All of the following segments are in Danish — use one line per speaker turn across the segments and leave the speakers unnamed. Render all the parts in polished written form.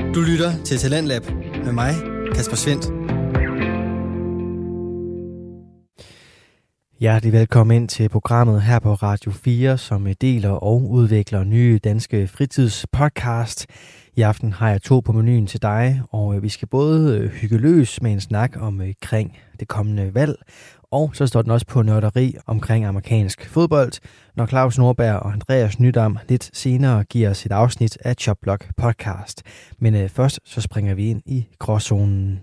Du lytter til Talentlab med mig, Kasper Svendt. Hjertelig velkommen ind til programmet her på Radio 4, som deler og udvikler nye danske fritidspodcast. I aften har jeg 2 på menuen til dig, og vi skal både hygge løs med en snak omkring det kommende valg, og så står den også på nørderi omkring amerikansk fodbold, når Claus Nordberg og Andreas Nydam lidt senere giver os et afsnit af Chopblock podcast. Men først så springer vi ind i gråzonen.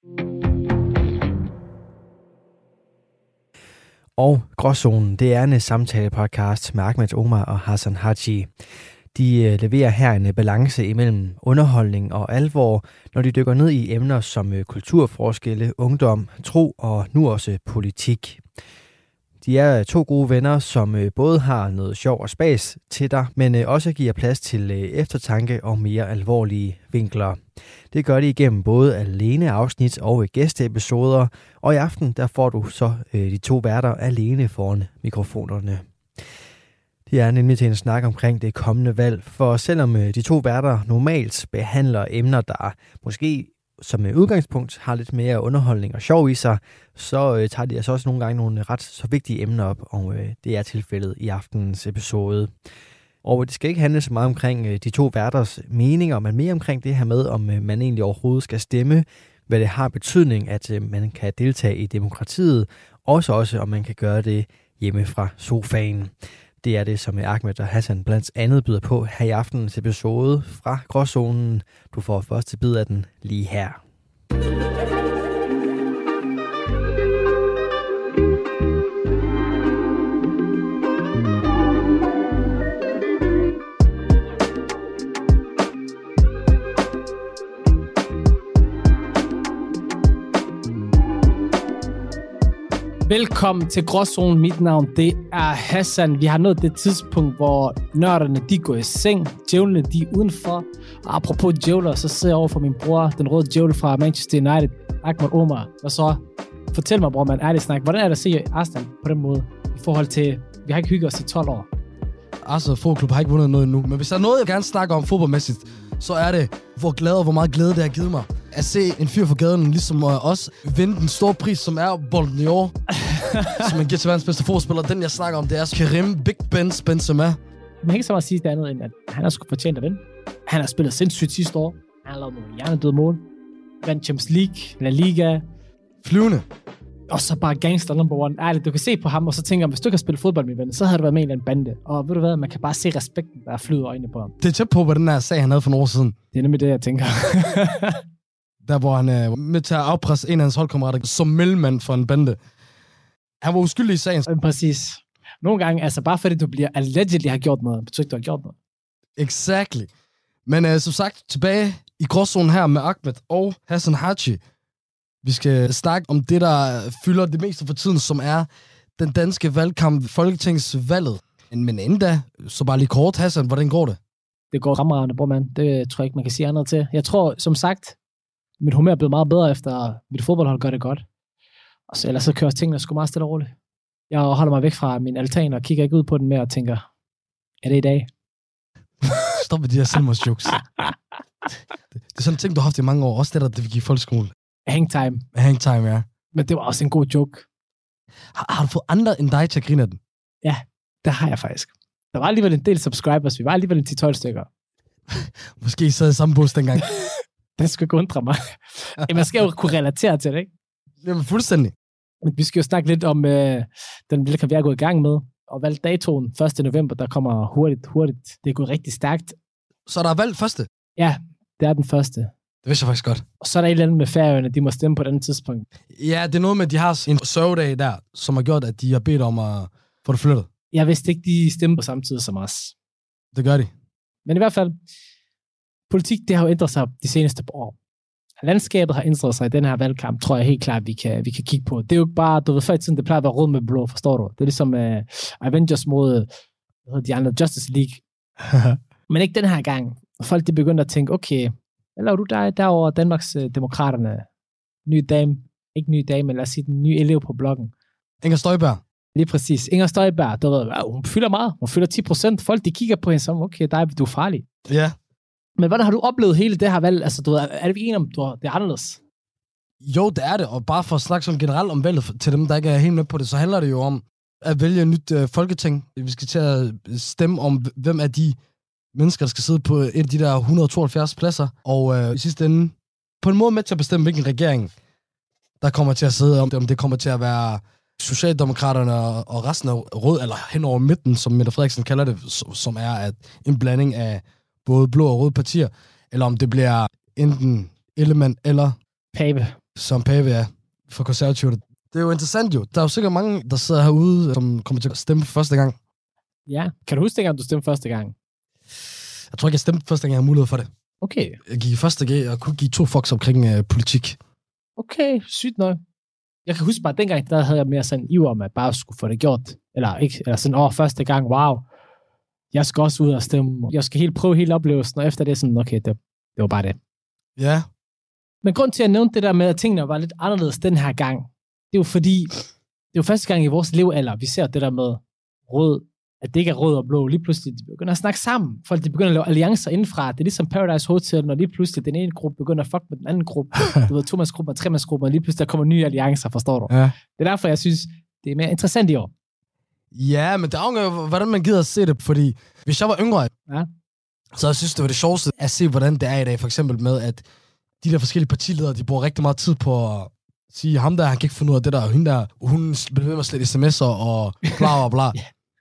Og Gråzonen, det er en samtale-podcast med Ahmed Omar og Hassan Haji. De leverer her en balance imellem underholdning og alvor, når de dykker ned i emner som kulturforskelle, ungdom, tro og nu også politik. De er 2 gode venner, som både har noget sjov og spas til dig, men også giver plads til eftertanke og mere alvorlige vinkler. Det gør de igennem både alene afsnit og gæsteepisoder, og i aften der får du så de 2 værter alene foran mikrofonerne. Det er nemlig til en snak omkring det kommende valg, for selvom de 2 værter normalt behandler emner, der måske som udgangspunkt har lidt mere underholdning og sjov i sig, så tager de altså også nogle gange nogle ret så vigtige emner op, og det er tilfældet i aftenens episode. Og det skal ikke handle så meget omkring de 2 værters meninger, men mere omkring det her med, om man egentlig overhovedet skal stemme, hvad det har betydning, at man kan deltage i demokratiet, også om man kan gøre det hjemme fra sofaen. Det er det, som Ahmed og Hassan blandt andet byder på her i aftenens episode fra Gråzonen. Du får første bid af den lige her.
Velkommen til Gråzonen. Mit navn, det er Hassan. Vi har nået det tidspunkt, hvor nørderne, de går i seng. Djævlene, de er udenfor. Og apropos djævler, så sidder jeg over for min bror, den røde djævel fra Manchester United, Ahmed Omar. Og så fortæl mig, bror, man ærligt snak. Hvordan er det at se Arsenal på den måde? I forhold til, vi har ikke hygget os i 12 år.
Arsenal fodboldklub har ikke vundet noget endnu. Men hvis der er noget, jeg gerne snakker om fodboldmæssigt, så er det, hvor meget glæde det har givet mig. At se en fyr fra gaden, ligesom os, vinde den store pris, som er Ballon d'Or, som man giver til verdens bedste fodboldspiller. Den, jeg snakker om, det er Karim Big Ben Benzema.
Man kan ikke så meget sige det andet, end at han har sgu fortjent at vinde. Han har spillet sindssygt sidste år. Han har lavet nogle hjernedøde mål. Vandt Champions League, La Liga.
Flyvende.
Og så bare gangster number one. Ærligt, du kan se på ham, og så tænker hvis du ikke har spillet fodbold, min ven, så havde du været med en eller anden bande. Og ved du hvad, man kan bare se respekten, der flyder øjnene på ham.
Det er tæt på, hvad den her sag, han havde for nogle år siden.
Det er nemlig det, jeg tænker.
Der, hvor han var med til at afpresse en af hans holdkammerater som mellemmand for en bande. Han var uskyldig i sagen.
Præcis. Nogle gange, altså bare fordi du bliver allegedly har gjort noget, betyder du har gjort noget.
Exactly. Men som sagt, tilbage i Gråzonen her med Ahmed og Hassan Haji. Vi skal snakke om det, der fylder det meste for tiden, som er den danske valgkamp, folketingsvalget. Men inden da, så bare lige kort, Hassan, hvordan går det?
Det går fremragende, bror mand. Det tror jeg ikke, man kan sige andet til. Jeg tror, som sagt, mit humør er blevet meget bedre efter mit fodboldhold gør det godt. Og så, ellers så kører tingene sgu meget stille og roligt. Jeg holder mig væk fra min altan og kigger ikke ud på den mere og tænker, er det i dag?
Stop med de her selvmordsjokes. Det er sådan en ting, du har haft i mange år. Også det der, det vi gik i folkeskole.
Hangtime.
Hangtime, ja.
Men det var også en god joke.
Har du fået andre end dig til at grine af den?
Ja, det har jeg faktisk. Der var alligevel en del subscribers. Vi var alligevel en 10-12 stykker.
Måske I sad i samme bus dengang.
Det skulle ikke undre mig. Man skal jo kunne relatere til det, ikke?
Jamen, fuldstændig.
Vi skal jo snakke lidt om den valgkamp, vi er gået i gang med. Og valgdatoen 1. november, der kommer hurtigt. Det er gået rigtig stærkt.
Så der er valg første?
Ja, det er den første.
Det vidste jeg faktisk godt.
Og så er der et eller andet med Færøerne, de må stemme på et andet tidspunkt.
Ja, det er noget med, at de har en sørgedag der, som har gjort, at de har bedt om at få det flyttet.
Jeg vidste ikke, de stemmer på samme tid som os.
Det gør de.
Men i hvert fald, politik, det har jo ændret sig de seneste år. Landskabet har ændret sig i den her valgkamp, tror jeg helt klart, vi kan kigge på. Det er jo ikke bare, du ved, før i tiden, det plejer at være rød med blå, forstår du? Det er ligesom Avengers mod de andre Justice League. Men ikke den her gang. Folk, de begyndte at tænke, okay, hvad laver du derovre Danmarks Demokraterne? Ny dame, ikke ny dame, men lad os sige den nye elev på bloggen.
Inger Støjberg.
Lige præcis. Inger Støjberg, du ved, hun fylder meget. Hun fylder 10%. Folk, de kigger på hende som, okay, du er farlig.
Ja.
Men hvordan har du oplevet hele det her valg? Altså, du ved, er det enige om, det er anderledes?
Jo, det er det, og bare for at snakke sådan generelt om valget til dem, der ikke er helt med på det, så handler det jo om at vælge et nyt folketing. Vi skal til at stemme om, hvem af de mennesker, der skal sidde på et af de der 172 pladser, og i sidste ende på en måde med til at bestemme, hvilken regering, der kommer til at sidde, om det kommer til at være Socialdemokraterne og resten af rød, eller hen over midten, som Mette Frederiksen kalder det, som er en blanding af både blå og røde partier, eller om det bliver enten Ellemann eller
Pape.
Som Pape er for konservative. Det er jo interessant jo. Der er jo sikkert mange, der sidder herude, som kommer til at stemme for første gang.
Ja. Kan du huske dengang, du stemte første gang?
Jeg tror ikke, jeg stemte første gang, jeg havde mulighed for det.
Okay.
Jeg gik i første G og kunne give 2 fucks omkring politik.
Okay, sygt nok. Jeg kan huske bare, dengang, der havde jeg mere sådan en iver om, at bare skulle få det gjort. Eller sådan, første gang, wow. Jeg skal også ud og stemme. Jeg skal prøve hele oplevelsen, og efter det sådan, okay, det var bare det.
Ja.
Men grund til at nævne det der med, at tingene var lidt anderledes den her gang, det er jo fordi, det er jo første gang i vores levealder, vi ser det der med rød, at det ikke er rød og blå. Lige pludselig, de begynder at snakke sammen. Folk, de begynder at lave alliancer indenfra. Det er ligesom Paradise Hotel, når lige pludselig den ene gruppe begynder at fuck med den anden gruppe. Du ved, 2-mandsgrupper og 3-mandsgrupper, og lige pludselig der kommer nye alliancer, forstår du?
Ja.
Det er derfor, jeg synes, det er mere interessant i år.
Ja, men det afhænger hvordan man gider at se det, fordi hvis jeg var yngre, så jeg synes, det var det sjoveste at se, hvordan det er i dag. For eksempel med, at de der forskellige partiledere, de bruger rigtig meget tid på at sige, ham der, han kan ikke finde ud af det der, og hende der, hun bliver ved med at slette sms'er og bla bla bla.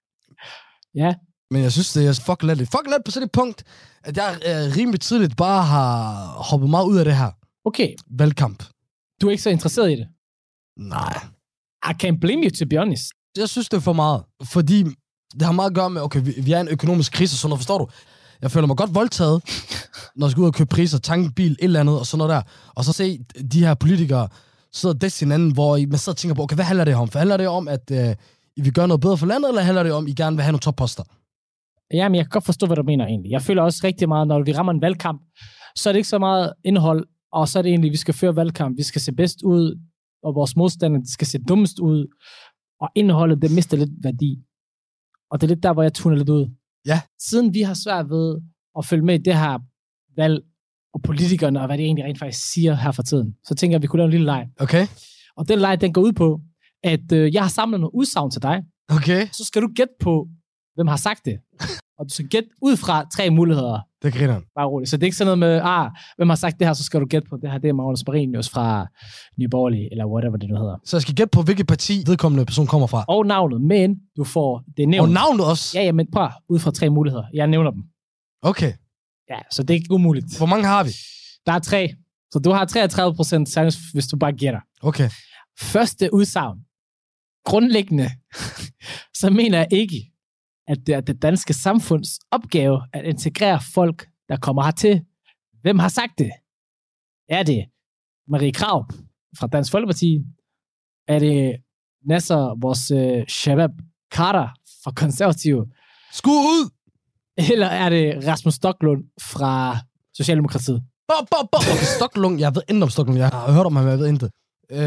Ja.
Men jeg synes, det er fucking let. Fucking let på sådan et punkt, at jeg rimelig tidligt bare har hoppet meget ud af det her.
Okay.
Valgkamp.
Du er ikke så interesseret i det?
Nej.
I can't blame you, to be honest.
Jeg synes, det er for meget. Fordi det har meget at gøre med, okay, vi er i en økonomisk krise, sådan noget, forstår du? Jeg føler mig godt voldtaget, når jeg skal ud og købe priser, tanke bil, et eller andet, og sådan noget der. Og så se de her politikere sidde og dække hinanden, hvor man sidder og tænker på, okay, hvad handler det om? For handler det om, at I vil gøre noget bedre for landet, eller handler det om, at I gerne vil have nogle topposter?
Jamen, jeg kan godt forstå, hvad du mener egentlig. Jeg føler også rigtig meget, når vi rammer en valgkamp, så er det ikke så meget indhold, og så er det egentlig, at vi skal føre valgkamp, vi skal se bedst ud, og vores modstandere skal se dummest ud, og indholdet, det mister lidt værdi. Og det er lidt der, hvor jeg tuner lidt ud.
Ja.
Siden vi har svært ved at følge med i det her valg, og politikerne, og hvad det egentlig rent faktisk siger her for tiden, så tænker jeg, at vi kunne lave en lille leg.
Okay.
Og den leg, den går ud på, at jeg har samlet noget udsagn til dig.
Okay.
Så skal du gætte på, hvem har sagt det. Og du skal gætte ud fra 3 muligheder.
Det griner.
Bare roligt. Så det er ikke sådan noget med, hvem har sagt det her, så skal du gætte på det her. Det er Magnus Marinius fra Nye Borgerlige, eller whatever det nu hedder.
Så jeg skal gætte på, hvilket parti vedkommende person kommer fra?
Og navnet, men du får det nævnt.
Og navnet også?
Ja, men prøv ud fra 3 muligheder. Jeg nævner dem.
Okay.
Ja, så det er ikke umuligt.
Hvor mange har vi?
Der er 3. Så du har 33% chance, hvis du bare gætter.
Okay.
Første udsagn. Grundlæggende, så mener jeg ikke, at det er det danske samfunds opgave at integrere folk, der kommer hertil. Hvem har sagt det? Er det Marie Krarup fra Dansk Folkeparti? Er det Nasser, vores Shabab Carter fra Konservative?
Skud ud!
Eller er det Rasmus Stoklund fra Socialdemokratiet?
Okay, Stoklund. Jeg ved intet om Stoklund. Jeg har hørt om ham, men jeg ved intet.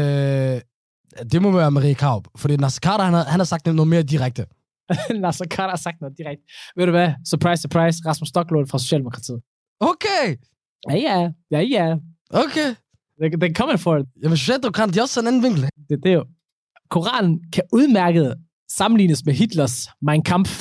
Det må være Marie Krarup. Fordi Nasser Carter, han har sagt noget mere direkte.
Nasser Carter har sagt noget direkte. Ved du hvad? Surprise, surprise. Rasmus Stoklund fra Socialdemokratiet.
Okay.
Ja.
Okay.
Den kommer for det.
Jamen, Socialdemokraterne, de er også sådan en anden vinkel.
Det er jo. Koranen kan udmærket sammenlignes med Hitlers Mein Kampf.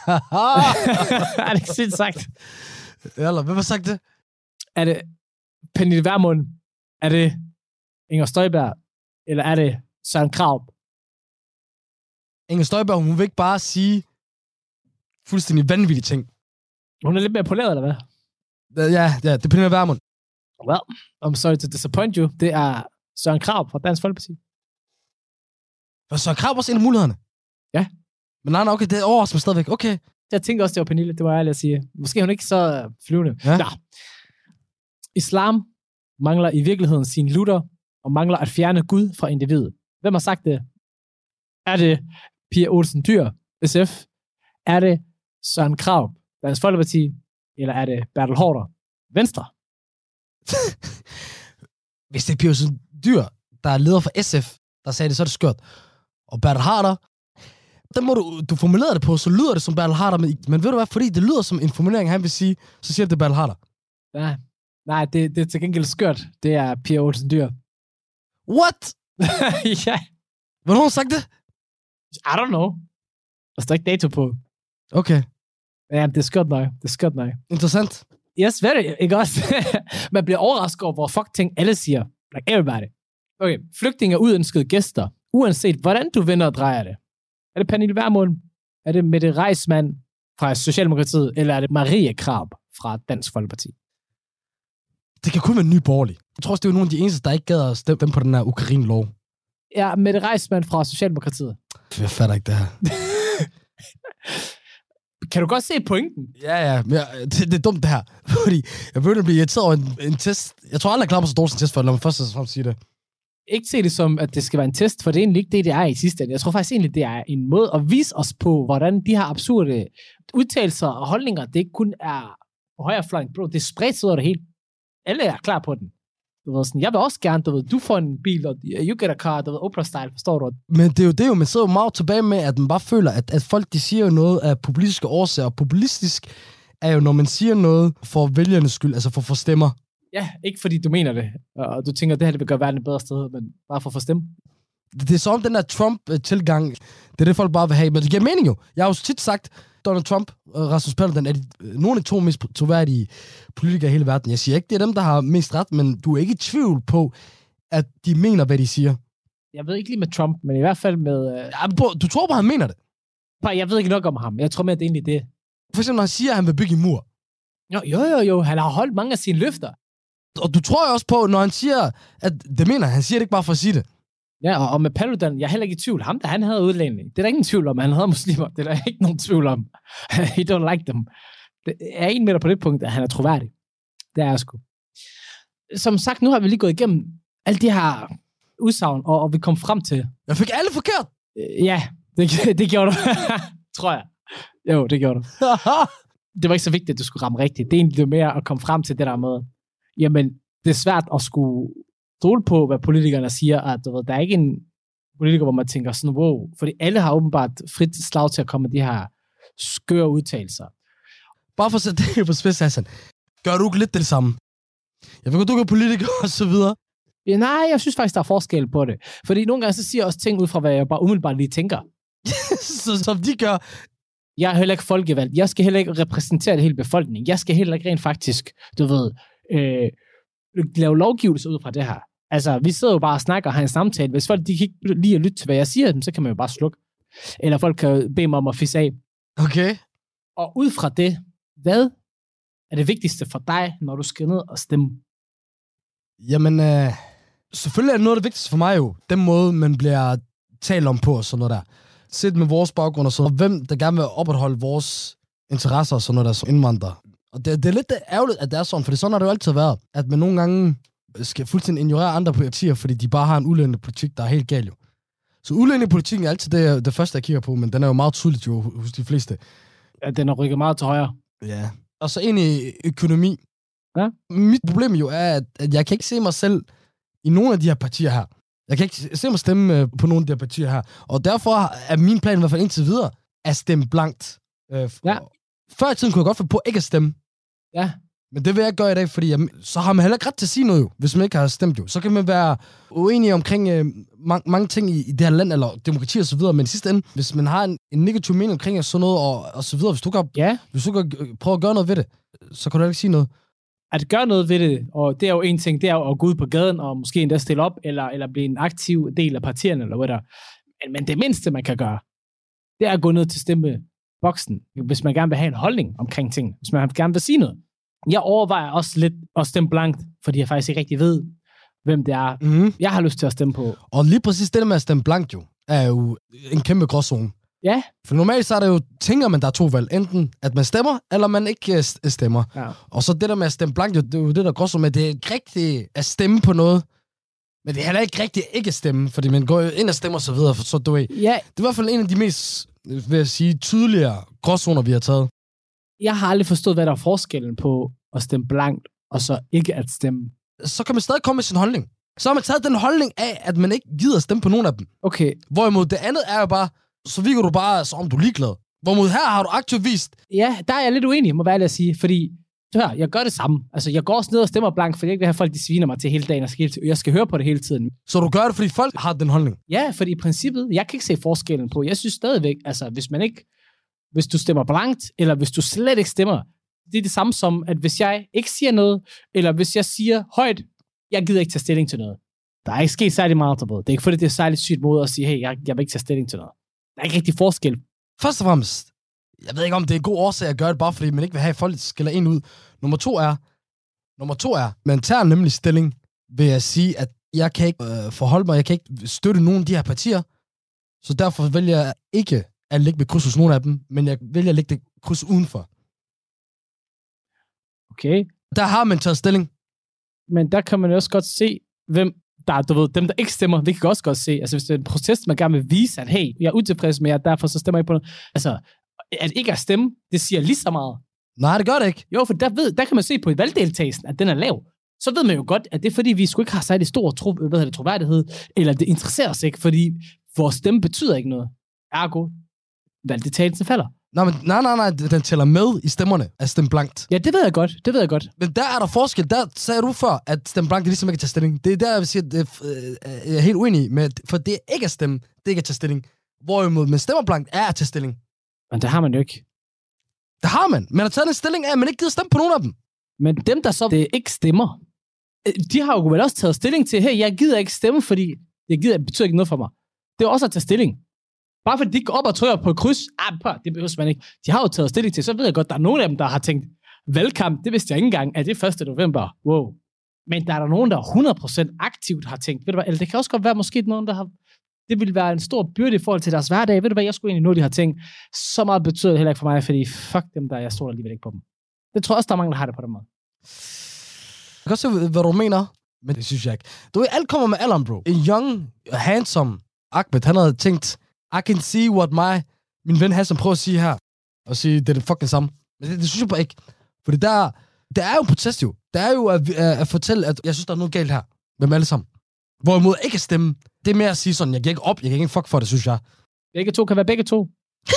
Er det ikke sindssygt sagt?
Eller, hvem har sagt det?
Er det Pernille Vermund? Er det Inger Støjberg? Eller er det Søren Krarup?
Inger Støjberg, hun vil ikke bare sige fuldstændig vanvittige ting.
Hun er lidt mere poleret, eller hvad?
Ja, det er Pernille Vermund.
Well, I'm sorry to disappoint you. Det er Søren Krarup fra Dansk Folkeparti.
Var Søren Krarup også en af mulighederne?
Ja.
Men nej, okay, det overrasker mig stadigvæk. Okay.
Jeg tænker også, det var Pernille. Det var ærligt at sige. Måske hun ikke så flyvende.
Ja.
Nå. Islam mangler i virkeligheden sin lutter og mangler at fjerne Gud fra individet. Hvem har sagt det? Er det Pia Olsen Dyhr, SF? Er det Søren Krarup, Dansk Folkeparti? Eller er det Bertel Haarder, Venstre?
Hvis det er Pia Olsen Dyhr, der er leder for SF, der sagde det, så er det skørt. Og Bertel Haarder, den må du formulerer det på, så lyder det som Bertel Haarder, men ved du hvad, fordi det lyder som en formulering, han vil sige, så siger det Bertel Haarder.
Nej, det er til gengæld skørt. Det er Pia Olsen Dyr.
What?
Ja.
Hvornår har hun sagt det?
I don't know. Der står ikke dato på.
Okay.
Ja, det er skørt nok.
Interessant.
Yes, very, ikke også? Man bliver overrasket over, hvor fuck ting alle siger. Like everybody. Okay, flygtninge er uønskede gæster. Uanset hvordan du vender og drejer det. Er det Pernille Vermund? Er det Mette Reisman fra Socialdemokratiet? Eller er det Marie Krarup fra Dansk Folkeparti?
Det kan kun være Nye Borgerlige. Jeg tror også, det er nogle af de eneste, der ikke gad at stemme på den her Ukraine-lov.
Ja, Mette Reisman fra Socialdemokratiet.
Jeg fatter ikke det her.
Kan du godt se pointen?
Ja, men det er dumt det her. Fordi jeg begynder at blive irriteret over en test. Jeg tror aldrig, jeg klarer mig så dårligt en test, for lad mig først sige det.
Ikke se det som, at det skal være en test, for det er egentlig ikke det er i sidste ende. Jeg tror faktisk egentlig, det er en måde at vise os på, hvordan de her absurde udtalelser og holdninger, det ikke kun er på højrefløjen. Bro, det er spredt ud af det hele. Alle er klar på den. Du ved, sådan, jeg vil også gerne, du får en bil, og you get a car, du ved, Oprah-style, forstår du?
Men det er jo, man sidder jo meget tilbage med, at man bare føler, at folk, de siger jo noget af populistiske årsager. Populistisk er jo, når man siger noget for vælgernes skyld, altså for stemmer.
Ja, ikke fordi du mener det, og du tænker, at det her det vil gøre verden et bedre sted, men bare for at få stemme.
Det er som den der Trump-tilgang, det er det, folk bare vil have, men det giver mening jo. Jeg har jo tit sagt, Donald Trump og Rasmus Paludan er nogle af de to mest troværdige politikere i hele verden. Jeg siger ikke, det er dem, der har mest ret, men du er ikke i tvivl på, at de mener, hvad de siger.
Jeg ved ikke lige med Trump, men i hvert fald med...
Ja, du tror bare, han mener det?
Jeg ved ikke nok om ham. Jeg tror mere, at det er egentlig det.
For eksempel, når han siger, at han vil bygge en mur.
Jo. Han har holdt mange af sine løfter.
Og du tror jo også på, når han siger, at det mener han siger det ikke bare for at sige det.
Ja, og med Paludan, jeg er heller ikke i tvivl. Ham, han havde udlænding. Det er der ingen tvivl om. Han havde muslimer. Det er der ikke nogen tvivl om. He don't like them. Det er en med dig på det punkt, at han er troværdig. Det er jeg sgu. Som sagt, nu har vi lige gået igennem alle de her udsagn, og vi kom frem til...
Jeg fik alle forkert!
Ja, det gjorde du. Tror jeg. Jo, det gjorde du. Det var ikke så vigtigt, at du skulle ramme rigtigt. Det er egentlig mere at komme frem til det der med, jamen, det er svært at skulle stole på, hvad politikerne siger, at der er ikke en politiker, hvor man tænker sådan, wow, fordi alle har åbenbart frit slag til at komme med de her skøre udtalelser.
Bare for at sætte det på spids, Hassan. Gør du ikke lidt det samme? Jeg ved godt, du er politiker og så videre.
Ja, nej, jeg synes faktisk, der er forskel på det. Fordi nogle gange så siger jeg også ting ud fra, hvad jeg bare umiddelbart lige tænker.
Så som de gør.
Jeg er heller ikke folkevalgt. Jeg skal heller ikke repræsentere det hele befolkning. Jeg skal heller ikke rent faktisk, lave lovgivelse ud fra det her. Altså, vi sidder jo bare og snakker og har en samtale. Hvis folk de kan ikke lide at lytte til, hvad jeg siger, så kan man jo bare slukke. Eller folk kan bede mig om at fisse af.
Okay.
Og ud fra det, hvad er det vigtigste for dig, når du skal ned og stemme?
Jamen, selvfølgelig er det noget af det vigtigste for mig jo. Den måde, man bliver talt om på og sådan noget der. Sæt med vores baggrund og sådan noget. Hvem der gerne vil opretholde vores interesser og sådan noget der som indvandrere. Og det er lidt ærgerligt, at det er sådan, for sådan har det jo altid været. At man nogle gange skal fuldstændig ignorere andre partier, fordi de bare har en udlændingepolitik, der er helt gal jo. Så udlændingepolitikken er altid det første, jeg kigger på, men den er jo meget tydeligt jo hos de fleste.
Ja, den er rykket meget til højre.
Ja. Og så ind i økonomi.
Ja.
Mit problem jo er, at jeg kan ikke se mig selv i nogle af de her partier her. Jeg kan ikke se mig stemme på nogle af de her partier her. Og derfor er min plan i hvert fald indtil videre at stemme blankt.
Ja.
Før i tiden kunne jeg godt finde på ikke at stemme.
Ja.
Men det vil jeg gøre i dag, fordi så har man heller ikke ret til at sige noget jo, hvis man ikke har stemt jo. Så kan man være uenig omkring mange ting i det her land, eller demokrati og så videre, men i sidste ende, hvis man har en negativ mening omkring sådan noget og så videre, hvis du kan prøve at gøre noget ved det, så kan du ikke sige noget.
At gøre noget ved det, og det er jo en ting, det er jo at gå ud på gaden og måske endda stille op, eller blive en aktiv del af partierne, eller hvad der. Men det mindste, man kan gøre, det er at gå ned til stemmeboksen, hvis man gerne vil have en holdning omkring ting, hvis man gerne vil sige noget. Jeg overvejer også lidt at stemme blankt, fordi jeg faktisk ikke rigtig ved, hvem det er, jeg har lyst til at stemme på.
Og lige præcis det der med at stemme blankt jo, er jo en kæmpe gråzone.
Ja.
For normalt så er der jo, tænker man, der er to valg. Enten at man stemmer, eller man ikke stemmer. Ja. Og så det der med at stemme blankt, det er jo det der gråzone med, det er ikke rigtigt at stemme på noget, men det er heller ikke rigtigt ikke at stemme, fordi man går jo ind og stemmer og så videre, så du ved. Ja. Det er i hvert fald en af de mest, vil jeg sige, tydeligere gråzoner, vi har taget.
Jeg har aldrig forstået, hvad der er forskellen på at stemme blankt, og så ikke at stemme.
Så kan man stadig komme med sin holdning. Så har man taget den holdning af, at man ikke gider at stemme på nogen af dem.
Okay.
Hvorimod det andet er jo bare, så virker du bare, som om du er ligeglad. Hvorimod her har du aktivt vist.
Ja, der er jeg lidt uenig, må være ærlig at sige, fordi hør, jeg gør det samme. Altså, jeg går også ned og stemmer blank, fordi jeg ikke vil have folk, de sviner mig til hele dagen, og jeg skal høre på det hele tiden.
Så du gør det, fordi folk har den holdning?
Ja, fordi i princippet, jeg kan ikke se forskellen på. Jeg synes stadigvæk, altså, hvis du stemmer blankt, eller hvis du slet ikke stemmer, det er det samme som, at hvis jeg ikke siger noget, eller hvis jeg siger højt, jeg gider ikke tage stilling til noget. Der er ikke sket særlig meget, det er ikke fordi, det er særligt sygt måde at sige, hey, jeg vil ikke tage stilling til noget. Der er ikke rigtig forskel.
Først og fremmest, jeg ved ikke, om det er en god årsag at gøre det, bare fordi man ikke vil have, at folk skiller en ud. Nummer to er, man tager nemlig stilling ved at sige, at jeg kan ikke forholde mig, jeg kan ikke støtte nogen af de her partier, så derfor vælger jeg ikke at lægge ved kryds hos nogen af dem, men jeg vælger at lægge det kryds udenfor.
Okay.
Der har man taget stilling.
Men der kan man også godt se, hvem der, dem, der ikke stemmer, det kan man også godt se. Altså, hvis det er en protest, man gerne vil vise, at hey, jeg er utilfreds med jer, derfor så stemmer jeg på noget. Altså, at ikke at stemme, det siger lige så meget.
Nej, det gør det ikke.
Jo, for der kan man se på valgdeltagelsen, at den er lav. Så ved man jo godt, at det er fordi, vi sgu ikke har særlig stor troværdighed, eller det interesserer os ikke, fordi vores stemme betyder ikke noget. Ergo, valgdeltagelsen falder.
Nej, den tæller med i stemmerne at stemme blankt.
Ja, det ved jeg godt.
Men der er der forskel. Der sagde du før, at stemme blankt er ligesom ikke at tage stilling. Det er der, jeg vil sige, at jeg er helt uenig med, for det er ikke at stemme, det er ikke at tage stilling. Hvorimod med stemmer blankt er at tage stilling.
Men det har man jo ikke.
Det har man. Man har taget en stilling af, at man ikke gider stemme på nogen af dem.
Men dem, der så det ikke stemmer, de har jo vel også taget stilling til, hey, jeg gider ikke stemme, fordi det betyder ikke noget for mig. Det er også at tage stilling. Bare fordi de går op og trykker på et kryds, det behøver man ikke. De har jo taget stilling til, så ved jeg godt, der er nogen af dem, der har tænkt, valgkamp, det vidste jeg ikke engang, at det er 1. november. Wow. Men der er der nogen, der 100% aktivt har tænkt, ved du hvad, eller det kan også godt være måske nogen, der har, det vil være en stor byrde i forhold til deres hverdag. Ved du hvad, jeg skulle egentlig nå, de har tænkt, så meget betyder det heller ikke for mig, fordi fuck dem der, jeg stoler alligevel ikke på dem. Det tror jeg også, der er mange, der har det på den måde.
Jeg kan også se, hvad du mener, men det synes jeg ikke. Du ved, alt kommer med alderen, bro. En young, handsome Ahmed, han havde tænkt, I can see what min ven Hassan prøver at sige her, og sige, det er det fucking samme. Men det synes jeg bare ikke. Fordi der er jo en protest jo. Der er jo at fortælle, at jeg synes, der er noget galt her med dem alle sammen. Hvorimod ikke at stemme, det er mere at sige sådan, jeg giver ikke op, jeg kan ikke fuck for det, synes jeg.
Begge to kan være begge to.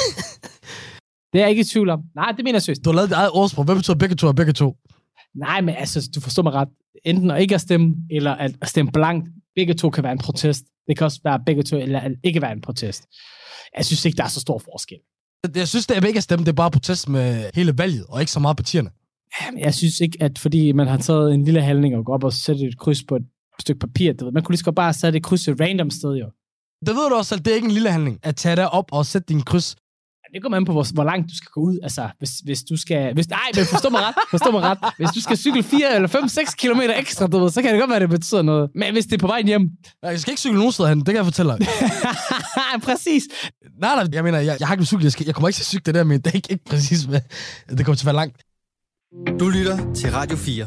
Det er jeg ikke i tvivl om. Nej, det mener jeg seriøst.
Du har lavet dit eget ordsprog. Hvad betyder begge to og begge to?
Nej, men altså, du forstår mig ret. Enten at ikke at stemme, eller at stemme blankt. Begge to kan være en protest. Det kan også være begge to, eller at ikke være en protest. Jeg synes ikke, der er så stor forskel.
Jeg synes, det er ikke at stemme, det er bare protest med hele valget, og ikke så meget partierne.
Jamen, jeg synes ikke, at fordi man har taget en lille handling og går op og sætter et kryds på et stykke papir, du ved. Man kunne lige så godt bare sætte et kryds et random sted, jo.
Det ved du også, at det er ikke en lille handling, at tage dig op og sætte din kryds.
Det kommer an på, hvor langt du skal gå ud. Altså, hvis du skal... men forstå mig ret. Hvis du skal cykle 4 eller 5-6 kilometer ekstra, du ved, så kan det godt være, det betyder noget. Men hvis det er på vej hjem...
Nej, jeg skal ikke cykle nogen steder hen, det kan jeg fortælle dig.
Præcis.
Nej, jeg mener, jeg har ikke cykle. Jeg kommer ikke til at cykle det der, men det er ikke præcis, hvad det kommer til at være langt.
Du lytter til Radio 4.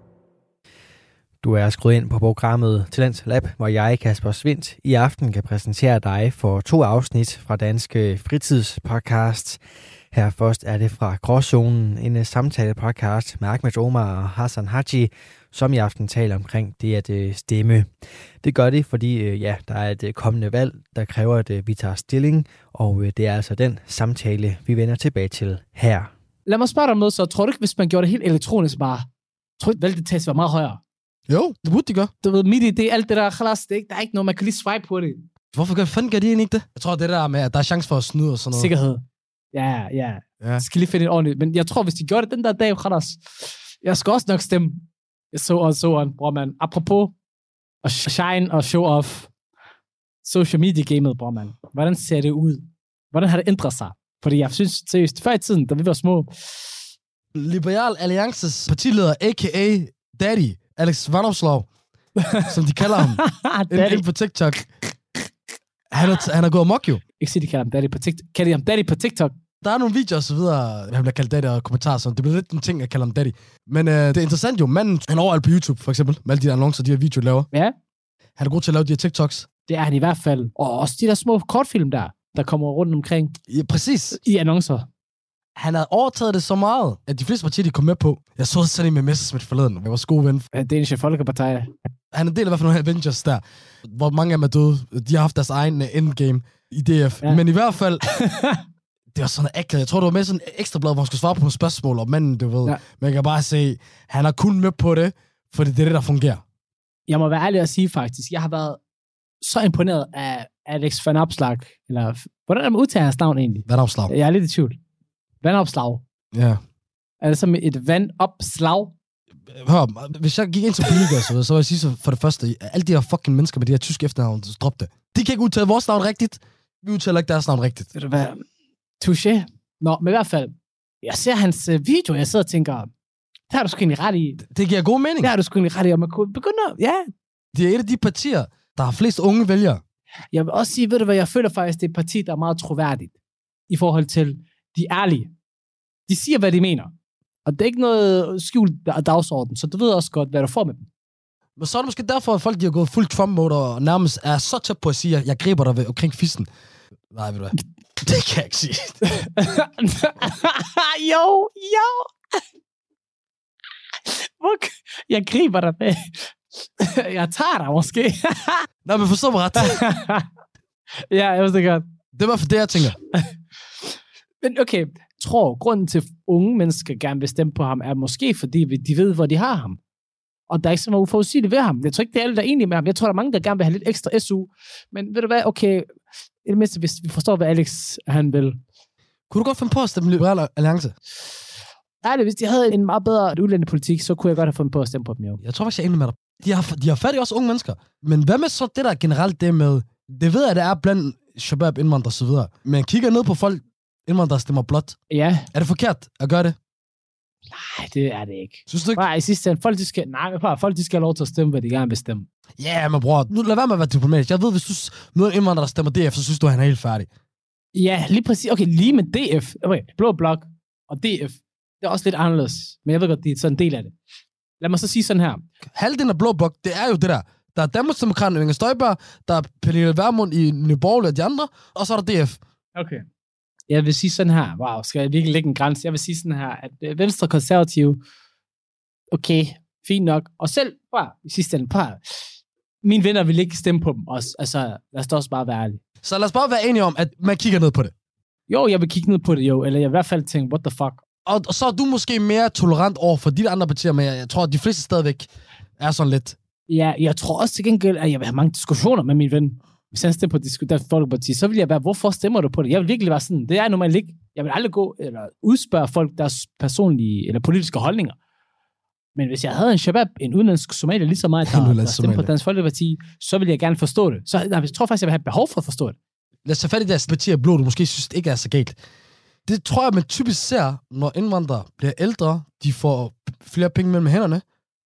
Du er skruet ind på programmet Talent Lab, hvor jeg, Kasper Svindt, i aften kan præsentere dig for 2 afsnit fra Danske Fritidspodcast. Her først er det fra Gråzonen, en samtale-podcast med Ahmed Omar og Hassan Haji, som i aften taler omkring det at stemme. Det gør det, fordi der er et kommende valg, der kræver, at vi tager stilling, og det er altså den samtale, vi vender tilbage til her.
Lad mig spørge dig om noget, så tror du ikke, hvis man gjorde det helt elektronisk bare, tror du ikke, valgdeltagelsen var meget højere?
Jo, det burde de gøre.
Du ved, midt i alt det der khalas, der er ikke noget, man kan lige swipe på det.
Hvorfor fanden gør de egentlig ikke det? Jeg tror, det der med, at der er chance for at snyde og sådan noget.
Sikkerhed. Ja. Jeg skal lige finde det ordentligt. Men jeg tror, hvis de gjorde det den der dag, khalas, jeg skal også nok stemme. Så on, bror man. Apropos at shine og show off social media gamet, bror man. Hvordan ser det ud? Hvordan har det ændret sig? Fordi jeg synes seriøst, før i tiden, da vi var små...
Liberal Alliances partileder, a.k.a. Daddy, Alex Vanopslov, som de kalder ham, inde på TikTok. Han er gået amok jo.
Ikke sige, de kalder ham Daddy på TikTok. Kalder de ham Daddy på TikTok?
Der er nogle videoer og så videre, han bliver kaldt Daddy og kommentarer, så det bliver lidt en ting at kalde ham Daddy. Men det er interessant jo, manden, han er overalt på YouTube, for eksempel, med alle de der annoncer, de her videoer laver.
Ja.
Han er god til at lave de her TikToks.
Det er han i hvert fald. Og også de der små kortfilm der kommer rundt omkring.
Ja, præcis.
I annoncer.
Han havde overtaget det så meget, at de fleste partier, de kom med på. Jeg så sådan en med Messerschmidt forleden, jeg var gode ven.
Danish Folkeparti.
Han er del af i hvert fald nogle Avengers der, hvor mange af dem er døde. De har haft deres egen endgame i DF. Ja. Men i hvert fald, Det var sådan akavet. Jeg tror, det var med sådan et ekstra blad, hvor han skulle svare på nogle spørgsmål om manden, du ved. Ja. Men jeg kan bare se, han er kun med på det, fordi det er det, der fungerer.
Jeg må være ærlig at sige faktisk, jeg har været så imponeret af Alex Van Opslag, eller hvordan er man udtager hans navn egentlig?
Vandopslag.
Jeg er lidt i tvivl. Vandopslag.
Ja.
Er det som et vandopslag?
Hør, hvis jeg gik ind til politikere, så vil jeg sige så for det første, alle de her fucking mennesker med de her tyske efternavn, drop det. De kan ikke udtale vores navn rigtigt. Vi udtaler ikke deres navn rigtigt.
Ved du hvad? Touché. Nå, men i hvert fald, jeg ser hans video, jeg sidder og tænker, det har du sgu egentlig ret i.
Det giver god mening.
Det har du sgu egentlig ret i, og man kunne begynde at, ja.
Det er et af de partier, der har flest unge vælgere.
Jeg vil også sige, ved du hvad, jeg føler faktisk, det er et parti, der er meget troværdigt i forhold til de ærlige. De siger, hvad de mener. Og det er ikke noget skjult dagsorden, så du ved også godt, hvad du får med dem.
Men så er det måske derfor, at folk de har gået fuld Trump-mode og nærmest er så tæt på at sige, at jeg griber dig ved omkring fissen. Nej, ved du hvad? Det kan jeg ikke sige.
Jo. Jeg griber dig med. Jeg tager dig måske.
Nej, men forstå mig ret.
Ja, jeg forstår godt.
Det var for det, jeg tænker.
Men okay, tror grunden til, at unge mennesker gerne vil stemme på ham, er måske fordi, de ved, hvor de har ham. Og der er ikke så meget uforudsigeligt ved ham. Jeg tror ikke, det er alle, der er enige med ham. Jeg tror, der er mange, der gerne vil have lidt ekstra SU. Men ved du hvad, okay, i det mindste, hvis vi forstår, hvad Alex han vil.
Kunne du godt finde på at stemme Liberal Alliance?
Nej, hvis de havde en meget bedre udlændepolitik, så kunne jeg godt have fundet på at stemme på dem, jo.
Jeg tror faktisk, jeg er enig med dig. De har fat i også unge mennesker. Men hvad med så det der generelt det med, det ved jeg, det er blandt shabab, indvandrere og så videre. Men kigger ned på folk, indvandrere stemmer blot.
Ja.
Er det forkert at gøre det?
Nej, det er det ikke.
Synes du ikke?
Nej, i sidste ende, folk de skal have lov til at stemme, hvad de gerne vil stemme.
Ja, yeah, men bror, nu lad være med at være diplomatisk. Jeg ved, hvis du møder en indvandrer, der stemmer DF, så synes du, han er helt færdig.
Ja, lige præcis. Okay, lige med DF. Okay, Blå Blok og DF. Det er også lidt anderledes. Men jeg ved godt, det er sådan en del af det. Lad mig så sige sådan her.
Halvdelen af Blå Blok, det er jo det der. Der er Danmarksdemokraterne, Inger Støjberg, der er Pernille Vermund i Nye Borgerlige og de andre, og så er der DF.
Okay. Jeg vil sige sådan her. Wow, skal jeg virkelig lægge en grænse? Jeg vil sige sådan her, at Venstre Konservative, okay, fint nok. Og selv, bare i sidste ende, mine venner vil ikke stemme på dem også. Altså, lad os da også bare være ærlige.
Så lad os bare være enige om, at man kigger ned på det.
Jo, jeg vil kigge ned på det, jo. Eller jeg vil i hvert fald tænke, what the fuck?
Og så er du måske mere tolerant over for de andre partier, men jeg tror, at de fleste stadigvæk er sådan lidt.
Ja, jeg tror også til gengæld, at jeg vil have mange diskussioner med min ven. Hvis han stemmer på Dansk Folkeparti, så vil jeg være, hvorfor stemmer du på det? Jeg vil virkelig være sådan, det er normalt ikke. Jeg vil aldrig gå eller udspørge folk deres personlige eller politiske holdninger. Men hvis jeg havde en shabab, en udenlandsk somalier, lige så meget, der stemmer på Dansk Folkeparti, så vil jeg gerne forstå det. Så jeg tror faktisk, jeg vil have behov for at forstå det.
Lad os tage fat i deres partier blå, du måske synes ikke er så galt. Det tror jeg, man typisk ser, når indvandrere bliver ældre, de får flere penge mellem hænderne.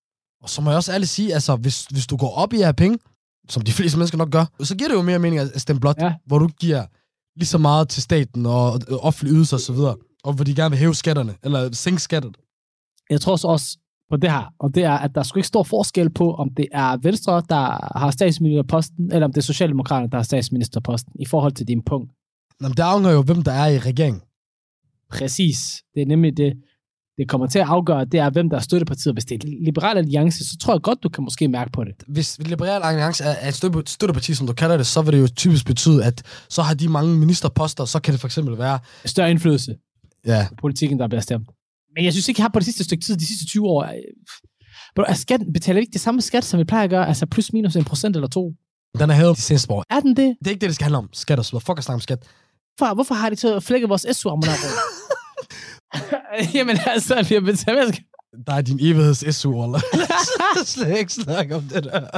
Og så må jeg også ærligt sige, altså, hvis du går op i her penge, som de fleste mennesker nok gør, så giver det jo mere mening at stemme blot, ja. Hvor du giver lige så meget til staten og offentlige ydelser og så videre, og hvor de gerne vil hæve skatterne, eller sænke skatterne.
Jeg tror så også på det her, og det er, at der skulle ikke stor forskel på, om det er Venstre, der har statsministerposten, eller om det er Socialdemokraterne, der har statsministerposten, i forhold til din punkt.
Jamen, der afhænger jo, hvem der er i regeringen.
Præcis. Det er nemlig det kommer til at afgøre, det er, hvem der er støttepartiet. Hvis det er Liberal Alliance, så tror jeg godt, du kan måske mærke på det. Hvis
Liberal Alliance er et støtteparti, som du kalder det, så vil det jo typisk betyde, at så har de mange ministerposter, så kan det for eksempel være
større indflydelse
på
politikken, der bliver stemt. Men jeg synes ikke, jeg har på det sidste stykke tid, de sidste 20 år, betaler ikke det samme skat, som vi plejer at gøre, altså plus minus 1% eller 2%.
Den er hævet de seneste år.
Er den det?
Det er ikke det skal handle om. Skat og så videre. Fuck at snakke om skat.
Hvorfor har de til at flække vores SU-abonnement? Jamen altså, vi har betalt.
Der er din evigheds SU, eller? Slet ikke snakke om det der.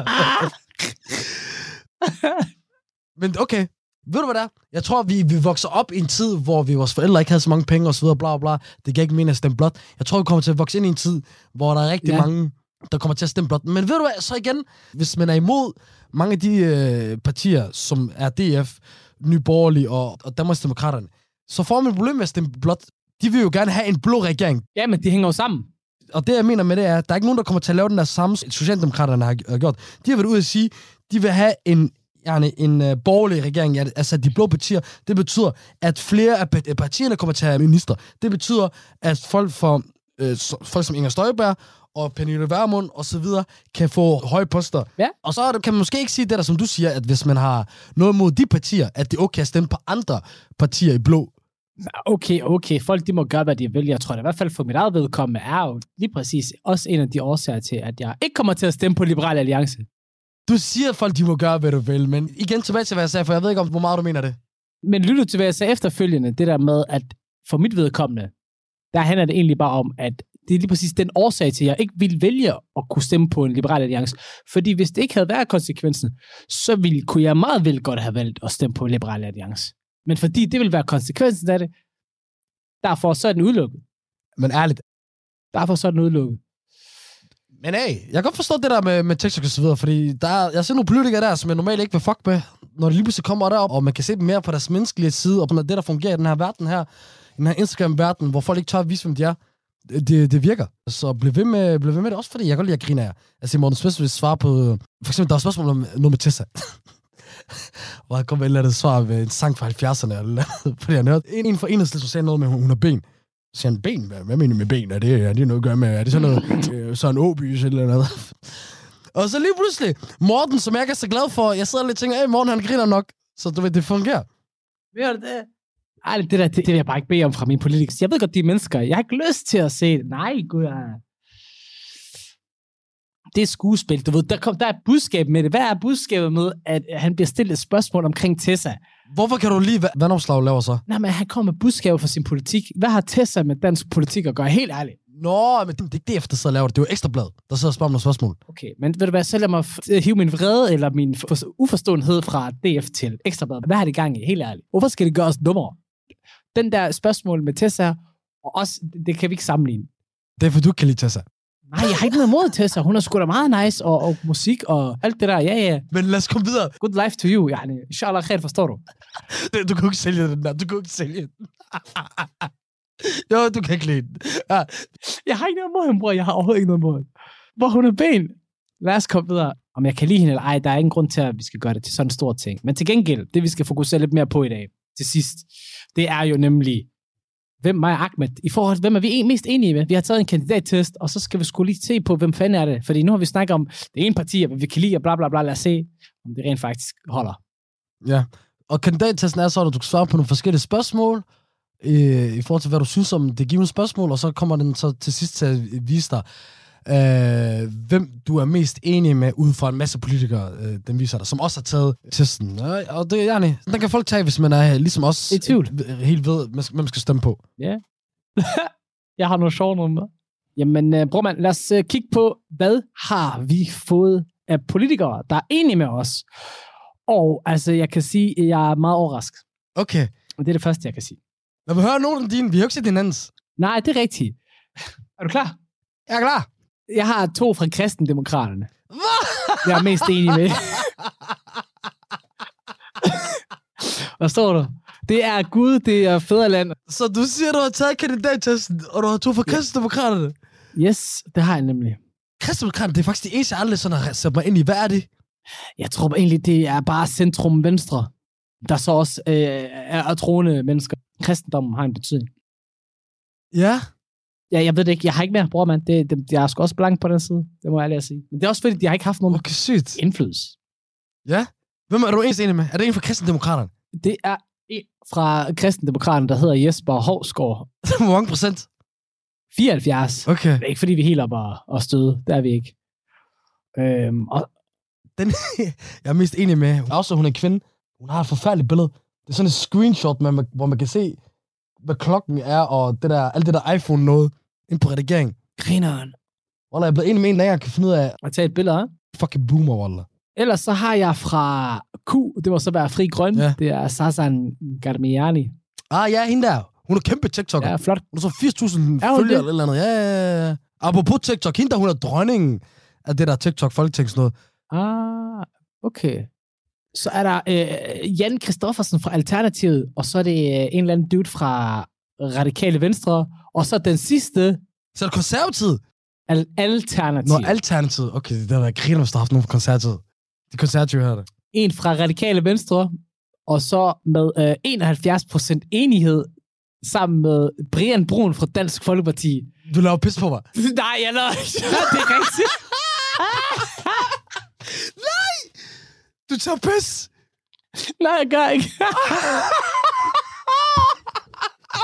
Men okay, ved du hvad det er? Jeg tror, vi vokser op i en tid, hvor vores forældre ikke havde så mange penge og så videre, bla bla. Det kan ikke mene at stemme blot. Jeg tror, vi kommer til at vokse ind i en tid, hvor der er rigtig mange, der kommer til at stemme blot. Men ved du hvad, så igen, hvis man er imod mange af de partier, som er DF, Nye Borgerlige og Danmarksdemokraterne, så får man et problem med at stemme blot. De vil jo gerne have en blå regering.
Ja, men de hænger jo sammen.
Og det, jeg mener med det, er, at der er ikke nogen, der kommer til at lave den der samme, Socialdemokraterne har gjort. De har været ude at sige, de vil have en borgerlig regering, altså de blå partier. Det betyder, at flere af partierne kommer til at have minister. Det betyder, at folk som Inger Støjberg og Pernille Vermund og så videre kan få høje poster.
Ja.
Og så kan man måske ikke sige det der, som du siger, at hvis man har noget mod de partier, at det er okay at stemme på andre partier i blå.
Okay. Folk, de må gøre, hvad de vil. Jeg tror, det i hvert fald for mit eget vedkommende er jo lige præcis også en af de årsager til, at jeg ikke kommer til at stemme på Liberal Alliance.
Du siger, at folk de må gøre, hvad du vil, men igen tilbage til, hvad jeg sagde, for jeg ved ikke, hvor meget du mener det.
Men lyt til, hvad jeg sagde efterfølgende, det der med, at for mit vedkommende, der handler det egentlig bare om, at det er lige præcis den årsag til, at jeg ikke ville vælge at kunne stemme på en Liberal Alliance. Fordi hvis det ikke havde været konsekvensen, så kunne jeg meget vel godt have valgt at stemme på en Liberal Alliance. Men fordi det vil være konsekvensen af det, derfor så er den udelukket.
Men ærligt.
Derfor så er den udelukket.
Men hey, jeg kan godt forstå det der med TikTok og så videre, fordi jeg ser nogle politikere der, som jeg normalt ikke vil fuck med, når de lige pludselig kommer derop, og man kan se dem mere på deres menneskelige side, og på det, der fungerer i den her verden her, i den her Instagram-verden, hvor folk ikke tør at vise, hvem de er. Det virker. Så bliv ved med det, også fordi jeg godt lide at grine af. Altså, Morten Spidsen vil svare på... For eksempel, der var spørgsmål om noget med Tessa. Hvor jeg kom med et eller andet svar ved en sang fra 70'erne, eller fordi jeg hørte en fra Enhedslisten sagde noget med, hun har ben. Så siger han, ben? Hvad mener du med ben? Er det noget at gøre med? Er det sådan noget, sådan en åbys eller noget? Og så lige pludselig, Morten, som jeg ikke er så glad for, jeg sidder lidt og tænker, Morten, han griner nok. Så du ved, det fungerer.
Ved du det? Ej, det vil jeg bare ikke bede om fra mine politikere. Jeg ved godt, de er mennesker. Jeg har ikke lyst til at se det. Nej, gud, det er skuespil. Du ved, der er et budskab med det. Hvad er budskabet med, at han bliver stillet et spørgsmål omkring Tessa?
Hvorfor kan du lide vandopslag laver så?
Nej, men han kommer med budskaber for sin politik. Hvad har Tessa med dansk politik at gøre? Helt ærligt.
Nå, men det er ikke DF, der sidder og laver det. Det er jo Ekstrablad, der sidder og spørger om nogle spørgsmål.
Okay, men ved du hvad, så lad mig hive min vrede eller min uforståenhed fra DF til Ekstrablad. Hvad har det gang i? Helt ærligt. Hvorfor skal det gøre os dummere? Den der spørgsmål med Tessa, og også, det kan vi ikke sammenligne.
Det er, for du kan lide Tessa.
Nej, jeg har ikke noget imod Tessa. Hun er sgu da meget nice, og musik og alt det der. Ja.
Men lad os komme videre.
Good life to you, yani. Inshallah khair, forstår du?
Du kan ikke sælge den der. Du kan ikke sælge den. Jo, du kan ikke lide den. Ja.
Jeg har ikke noget imod hende, bror. Jeg har overhovedet ikke noget imod hende. Hvor hun er ben. Lad os komme videre. Om jeg kan lide hende eller ej, der er ingen grund til, at vi skal gøre det til sådan en stor ting. Men til gengæld, det vi skal fokusere lidt mere på i dag, til sidst, det er jo nemlig, hvem mig og Ahmed, i forhold til, hvem er vi mest enige med? Vi har taget en kandidattest, og så skal vi skulle lige se på, hvem fanden er det? Fordi nu har vi snakket om det ene parti, hvad vi kan lide, og bla bla bla. Lad os se, om det rent faktisk holder.
Ja, og kandidattesten er så, at du kan svare på nogle forskellige spørgsmål, i forhold til, hvad du synes om det givende spørgsmål, og så kommer den så til sidst til at vise dig, hvem du er mest enig med, ud fra en masse politikere, den viser dig, som også har taget testen. Og det er gerne, den kan folk tage, hvis man er ligesom os,
i tvivl.
Helt ved, hvem man skal stemme på.
Ja. Jeg har noget sjovt nummer. Jamen, brormand, lad os kigge på, hvad har vi fået af politikere, der er enige med os. Og altså, jeg kan sige, at jeg er meget overrasket.
Okay.
Og det er det første, jeg kan sige.
Lad mig høre nogle af dine. Vi har jo ikke set hinandens.
Nej, det er rigtigt. Er du klar?
Jeg er klar.
Jeg har 2 fra Kristendemokraterne. Jeg er mest enig med. Hvad står der? Det er Gud, det er fædreland.
Så du siger, du har taget kandidattesten, og du har 2 fra Kristendemokraterne?
Yes, det har jeg nemlig.
Kristendemokraterne, det er faktisk det eneste, jeg aldrig sådan har sat mig ind i. Hvad er det?
Jeg tror egentlig, det er bare centrum venstre, der så også er troende mennesker. Kristendommen har en betydning.
Ja.
Ja, jeg ved det ikke. Jeg har ikke mere, bror, mand. Jeg er sgu også blank på den side. Det må jeg ærligt sige. Men det er også fordi, de har ikke haft nogen indflydelse.
Ja? Hvem er du eneste enig med? Er det en fra Kristendemokraterne?
Det er en fra Kristendemokraterne, der hedder Jesper Hovsgaard.
Hvor mange procent?
74.
Okay.
Det er ikke fordi, vi er helt op og støde. Det er vi ikke. Og
den, jeg er mest enig med. Også hun er kvinde. Hun har et forfærdeligt billede. Det er sådan et screenshot, hvor man kan se, hvad klokken er, og det der, alt det der iPhone noget, ind på redigering.
Grineren.
Wallah, jeg er blevet enig med en, der jeg kan finde ud af
at tage et billede,
fucking boomer, wallah.
Ellers så har jeg fra Q, det må så være Fri Grøn. Ja. Det er Sazan Garmiani.
Ja, hende der. Hun er kæmpe TikToker.
Ja, flot.
Hun er så 80.000 følgere eller noget. Ja. Apropos TikTok, hende der, hun er dronningen af det der TikTok folketingsnået.
Okay. Så er der Jan Kristoffersen fra Alternativet, og så er det en eller anden dude fra Radikale Venstre, og så den sidste...
Så er det Konservativ?
Alternativ.
Nå, Alternativ. Okay, det har været griner, hvis der har haft nogen fra Konservativ. De Konservative her det.
En fra Radikale Venstre, og så med 71% enighed, sammen med Brian Brun fra Dansk Folkeparti.
Du laver pis på mig.
Nej, jeg laver ikke. Det er rigtigt.
Nej! Du tager pis!
Nej, jeg gør ikke.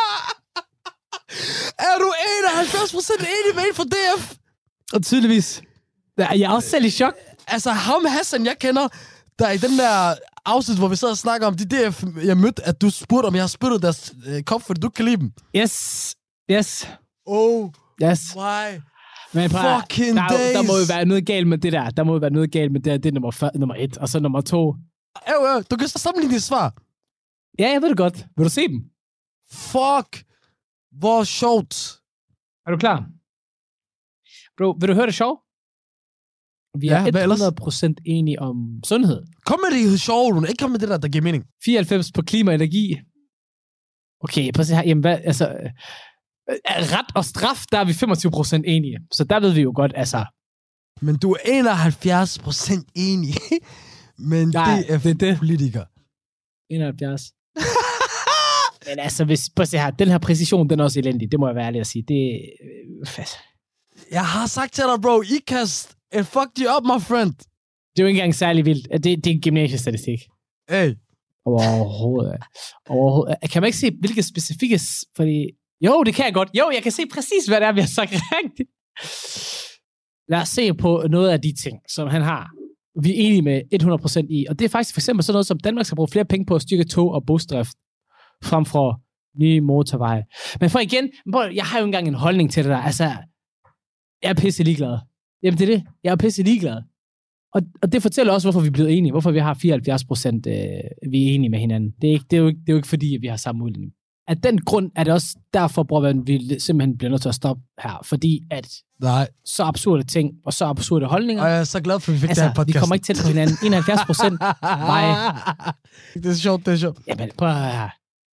enig med en fra DF.
Og tydeligvis. Jeg er også selv i chok.
Altså, ham Hassan, jeg kender, der i den der afsnit, hvor vi sad og snakker om de DF, jeg mødte, at du spurgte, om jeg har spyttet deres kop, fordi du kan lide dem.
Yes.
Oh,
yes.
why?
Men
fucking days.
Der må jo være noget galt med det der. Der må jo være noget galt med det. Det er nummer 1, og så nummer 2.
Du kan så sammenligne dit svar.
Ja, jeg ved det godt. Vil du se dem?
Fuck. Hvor sjovt.
Er du klar? Bro, vil du høre det sjov? Vi er 100% enige om sundhed. Kom
med det sjove, du. Ikke kom med det der giver mening.
94 på klima og energi. Okay, prøv at se her. Jamen, hvad, altså... ret og straf, der er vi 25% enige. Så der ved vi jo godt, altså...
Men du er 71% enig. Men nej, det er politiker.
71. Men altså, prøv at se her. Den her præcision, den er også elendig. Det må jeg være ærlig at sige. Det
jeg har sagt til dig, bro. IKAST and fuck you up, my friend.
Det er jo ikke engang særlig vildt. Det er en gymnasiestatistik.
Hey.
Overhovedet. Kan man ikke se, hvilke specifikke... Fordi... Jo, det kan jeg godt. Jo, jeg kan se præcis, hvad det er, vi har sagt rigtigt. Lad os se på noget af de ting, som han har. Vi er enige med 100% i. Og det er faktisk for eksempel sådan noget, som Danmark skal bruge flere penge på at styrke tog- og busdrift frem for nye motorveje. Men for igen, jeg har jo engang en holdning til det der. Altså, jeg er pisse ligeglad. Jamen, det er det. Jeg er pisse ligeglad. Og det fortæller også, hvorfor vi er blevet enige. Hvorfor vi har 74%, vi er enige med hinanden. Det er jo ikke fordi, at vi har samme udligning. Af den grund er det også derfor, bror, vi simpelthen bliver nødt til at stoppe her. Fordi at så absurde ting og så absurde holdninger... Og
jeg er så glad for, at vi fik det her podcast.
Vi kommer ikke tæt på hinanden. 71%. Nej.
Det er sjovt.
Jamen, prøv at...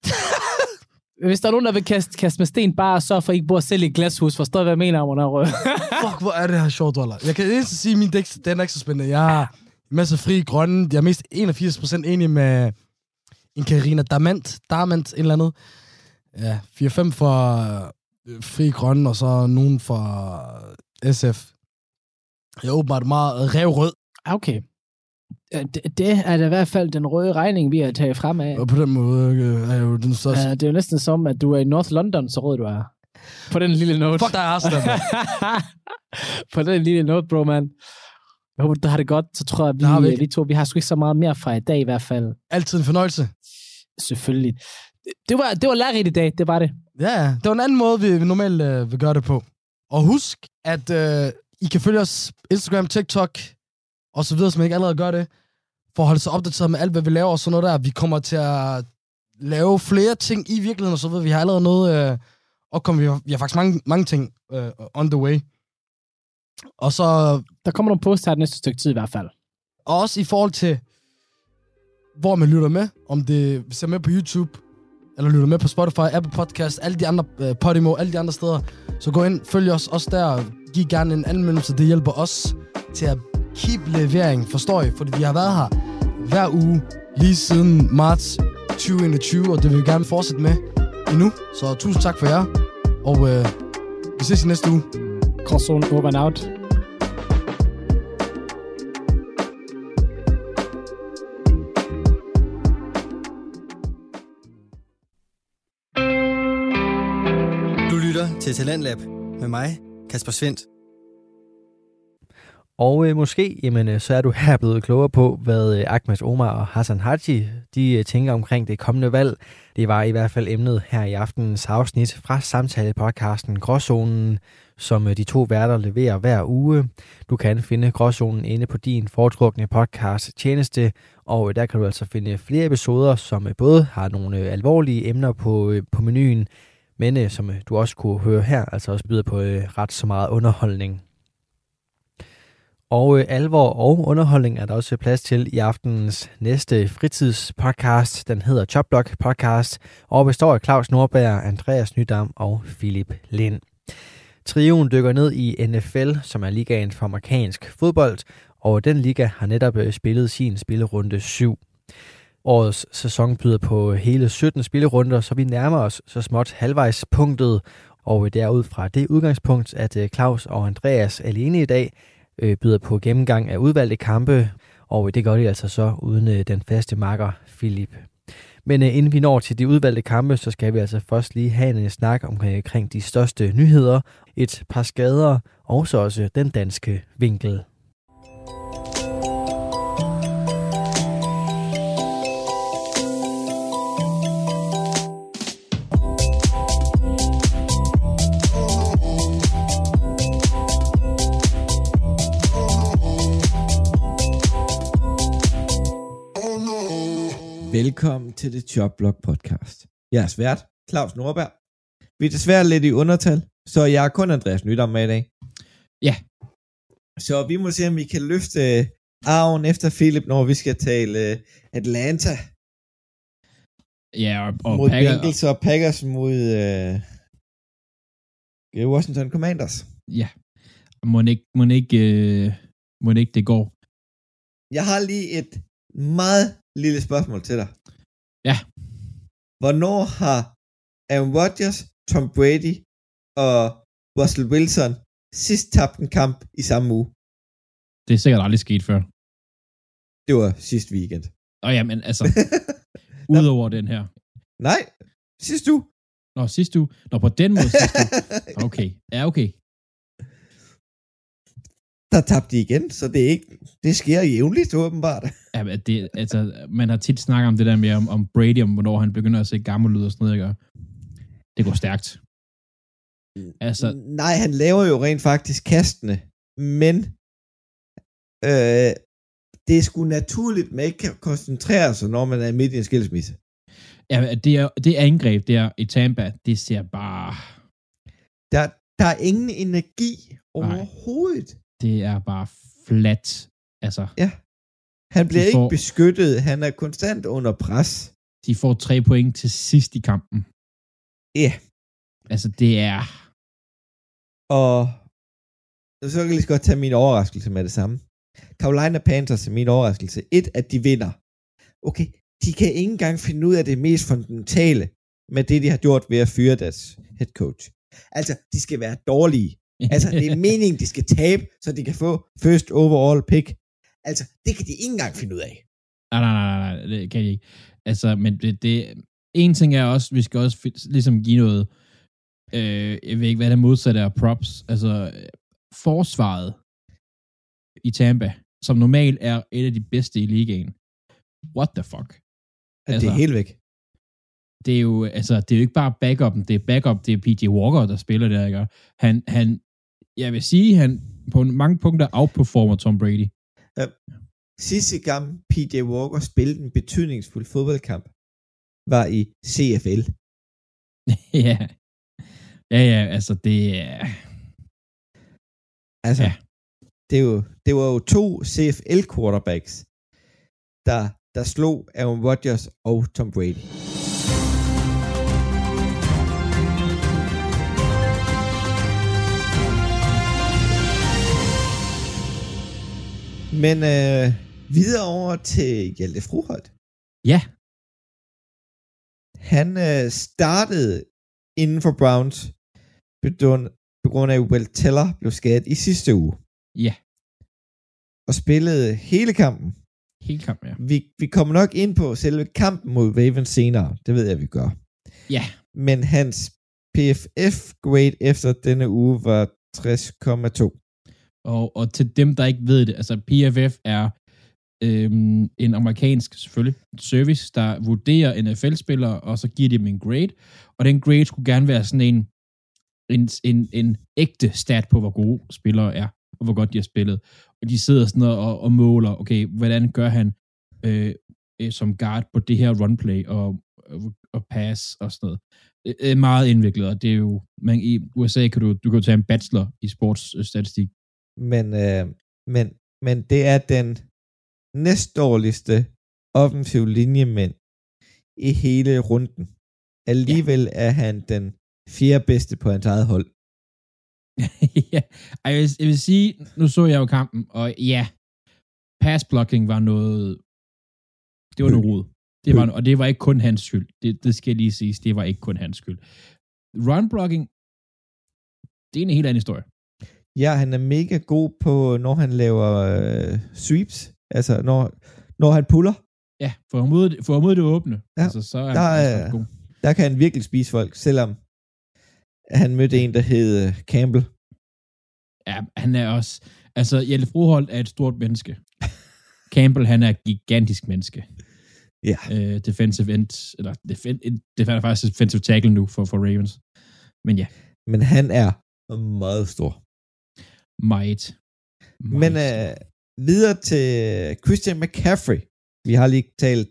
Hvis der er nogen, der vil kaste med sten, bare så for ikke bor selv i et glashus. Forstår hvad jeg mener om under rød.
Fuck, hvor er det her sjovt, Waller. Jeg kan ikke sige, at min dæk, den er ikke så spændende. Jeg er masser af fri grønne. Jeg er mest 81% enig med en Karina Darmant, en eller andet. Ja, 4-5 for fri grønne, og så nogen for SF. Jeg er åbenbart meget revrød.
Okay. Det er da i hvert fald den røde regning, vi har taget frem af.
Og på den måde er jo den største.
Det er jo næsten som, at du er i North London, så rød du er. På den lille note.
Fuck dig, Arsenal.
På den lille note, bro, man. Jeg håber, du har det godt. Så tror jeg, at vi har sgu ikke så meget mere fra i dag i hvert fald.
Altid en fornøjelse.
Selvfølgelig. Det var lærerigt i dag, det var det.
Ja, det var en anden måde, vi normalt vil gøre det på. Og husk, at I kan følge os Instagram, TikTok og så videre, som I ikke allerede gør det, for at holde sig opdateret med alt, hvad vi laver og sådan noget der. Vi kommer til at lave flere ting i virkeligheden og så videre. Vi har allerede noget opkommet. Vi har faktisk mange ting on the way. Og så...
Der kommer nogle posts her det næste stykke tid i hvert fald.
Og også i forhold til, hvor man lytter med. Om det ser med på YouTube, eller lytter med på Spotify, Apple Podcast, alle de andre, Podimo, alle de andre steder. Så gå ind, følg os også der, giv gerne en anmeldelse. Det hjælper os til at keep levering, forstår I? Fordi vi har været her hver uge, lige siden marts 2021, og det vil vi gerne fortsætte med endnu. Så tusind tak for jer, og vi ses i næste uge.
Gråzone over and out.
Du lytter til Talentlab med mig, Kasper Svendt.
Og måske, jamen, så er du her blevet klogere på, hvad Ahmed Omar og Hassan Haji, de tænker omkring det kommende valg. Det var i hvert fald emnet her i aftenens afsnit fra samtale-podcasten Gråzonen, som de to værter leverer hver uge. Du kan finde Gråzonen inde på din foretrukne podcast-tjeneste, og der kan du altså finde flere episoder, som både har nogle alvorlige emner på menuen, men som du også kunne høre her, altså også byder på ret så meget underholdning. Og alvor og underholdning er der også plads til i aftenens næste fritidspodcast. Den hedder Chopblock Podcast og består af Claus Nordberg, Andreas Nydam og Philip Lind. Trioen dykker ned i NFL, som er ligaen for amerikansk fodbold, og den liga har netop spillet sin spillerunde 7. Årets sæson byder på hele 17 spillerunder, så vi nærmer os så småt halvvejspunktet, og det er ud fra det udgangspunkt, at Claus og Andreas alene i dag byder på gennemgang af udvalgte kampe, og det gør de altså så uden den faste makker Philip. Men inden vi når til de udvalgte kampe, så skal vi altså først lige have en snak omkring de største nyheder, et par skader og så også den danske vinkel.
Velkommen til The Chop Block Podcast. Jeg er svært, Claus Nordberg. Vi er desværre lidt i undertal, så jeg er kun Andreas Nydam med i dag.
Ja.
Så vi må se, om vi kan løfte arven efter Philip, når vi skal tale Atlanta.
Ja, og
mod Bengals og Packers mod Washington Commanders.
Ja, må ikke det går.
Jeg har lige et meget lille spørgsmål til dig.
Ja.
Hvornår har Aaron Rodgers, Tom Brady og Russell Wilson sidst tabt en kamp i samme uge?
Det er sikkert aldrig sket før.
Det var sidste weekend.
Ja, men altså, udover den her.
Nej, sidste uge.
Sidste uge. På den måde sidste uge. Okay, ja okay.
Der tabte de igen, så det sker jævnligt åbenbart.
Ja, man har tit snakket om det der med om Brady, om hvornår han begynder at se gammel ud og sådan noget, ikke? Det går stærkt. Altså,
nej, han laver jo rent faktisk kastene, men det er sgu naturligt, man ikke kan koncentrere sig, når man er midt i en skilsmisse.
Ja, det angreb der i Tampa, det ser bare...
Der er ingen energi overhovedet.
Det er bare flat, altså.
Ja. Han bliver ikke beskyttet, han er konstant under pres.
De får 3 point til sidst i kampen.
Ja.
Altså, det er...
Og så kan jeg lige så godt tage min overraskelse med det samme. Carolina Panthers er min overraskelse. At de vinder. Okay, de kan ikke engang finde ud af det mest fundamentale med det, de har gjort ved at fyre deres head coach. Altså, de skal være dårlige. Altså, det er meningen, de skal tabe, så de kan få first overall pick. Altså, det kan de ikke engang finde ud af.
Nej, det kan de ikke. Altså, men en ting er også, vi skal også ligesom give noget, jeg ved ikke, hvad der modsatte er props, altså, forsvaret i Tampa, som normalt er et af de bedste i ligaen. What the fuck?
Altså, det er helt væk.
Det er jo ikke bare backupen, det er PJ Walker, der spiller der, ikke? Han jeg vil sige, han på mange punkter outperformer Tom Brady.
Ja. Sidste gang PJ Walker spillede en betydningsfuld fodboldkamp, var i CFL.
ja, altså det er...
Altså, ja. Det var jo 2 CFL quarterbacks, der slog Aaron Rodgers og Tom Brady. Men videre over til Hjalte Fruholt.
Ja.
Han startede inden for Browns på grund af, at Will Teller blev skadet i sidste uge.
Ja.
Og spillede hele kampen.
Hele kampen, ja.
Vi kommer nok ind på selve kampen mod Ravens senere. Det ved jeg, vi gør.
Ja.
Men hans PFF-grade efter denne uge var 60,2.
Og til dem, der ikke ved det, altså PFF er en amerikansk, selvfølgelig, service, der vurderer NFL-spillere, og så giver de dem en grade, og den grade skulle gerne være sådan en ægte stat på, hvor gode spillere er, og hvor godt de har spillet. Og de sidder sådan og måler, okay, hvordan gør han som guard på det her runplay, og pass, og sådan noget. Det er meget indviklet, og det er jo, i USA kan du kan tage en bachelor i sportsstatistik.
Men det er den næstdårligste offensiv linjemænd i hele runden. Alligevel er han den 4. bedste på hans eget hold.
Ja, jeg vil sige, nu så jeg jo kampen, og ja, pass blocking var noget, det var noget rod. Og det var ikke kun hans skyld. Det skal lige siges, det var ikke kun hans skyld. Run blocking, det er en helt anden historie.
Ja, han er mega god på, når han laver sweeps, altså når han puller.
Ja, få ham ud det åbne.
Ja,
altså, så er han god.
Der kan han virkelig spise folk, selvom han mødte en, der hed Campbell.
Ja, han er også... Altså, Jelle Froholt er et stort menneske. Campbell, han er et gigantisk menneske.
Ja.
Defensive end, eller det er faktisk defensive tackle nu for Ravens. Men ja.
Men han er meget stor.
Meget.
Men videre til Christian McCaffrey. Vi har lige talt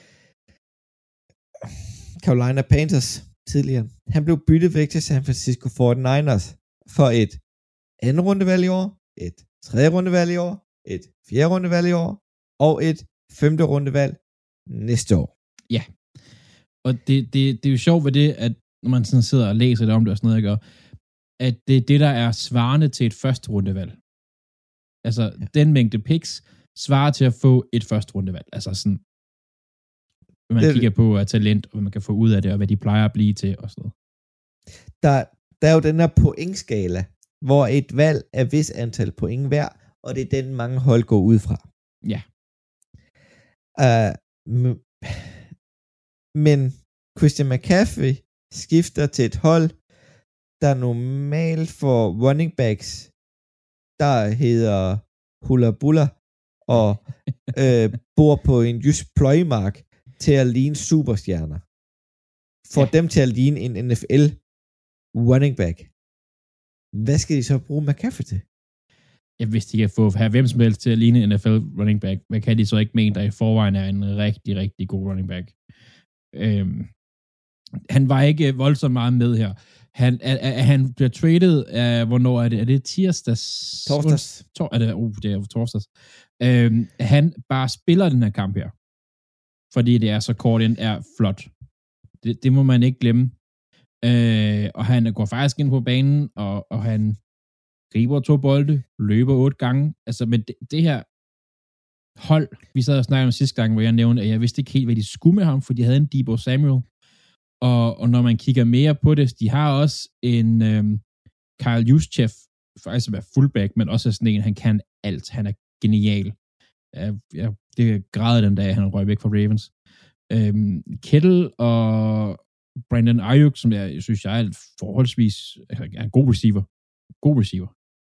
Carolina Panthers tidligere. Han blev byttet væk til San Francisco 49ers for et anden rundevalg i år, et tredje rundevalg i år, et fjerde rundevalg i år, og et femte rundevalg næste år.
Ja. Og det er jo sjovt ved det, at når man sådan sidder og læser det om det og sådan noget, ikke? At det er det, der er svarende til et første rundevalg. Altså, den mængde picks svarer til at få et første rundevalg. Altså sådan, hvad man kigger på af talent, og hvad man kan få ud af det, og hvad de plejer at blive til, og sådan noget.
Der er jo den her pointskala, hvor et valg er vis antal point hver, og det er den, mange hold går ud fra.
Ja.
Men Christian McCaffrey skifter til et hold, der normalt for running backs, der hedder Hula Bulla, og bor på en jysk pløjemark, til at ligne superstjerner. For dem til at ligne en NFL running back. Hvad skal de så bruge McCaffrey til?
Ja, hvis de kan få have hvem som helst til at ligne en NFL running back, hvad kan de så ikke mene, der i forvejen er en rigtig, rigtig god running back? Han var ikke voldsomt meget med her. Han bliver traded af, hvornår er det? Er det tirsdags?
Torsdags.
Det er jo torsdags. Han bare spiller den her kamp her. Fordi det er så kort ind, er flot. Det må man ikke glemme. Og han går faktisk ind på banen, og han griber 2 bolde, løber 8 gange. Altså, men det her hold, vi sad og snakkede om sidste gang, hvor jeg nævnte, at jeg vidste ikke helt, hvad de skulle med ham, for de havde en Deebo Samuel. Og når man kigger mere på det, de har også en Kyle Juszczyk, faktisk som er fullback, men også sådan en, han kan alt. Han er genial. Det græder den dag, han røg væk fra Ravens. Kittle og Brandon Ayuk, som jeg synes, jeg er forholdsvis er en god receiver. God receiver.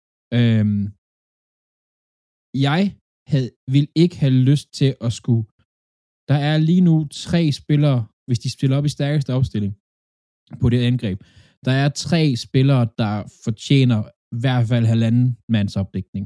Jeg vil ikke have lyst til at skulle... Der er lige nu 3 spillere, hvis de stiller op i stærkeste opstilling på det angreb. Der er 3 spillere, der fortjener i hvert fald 1,5 mands opdækning.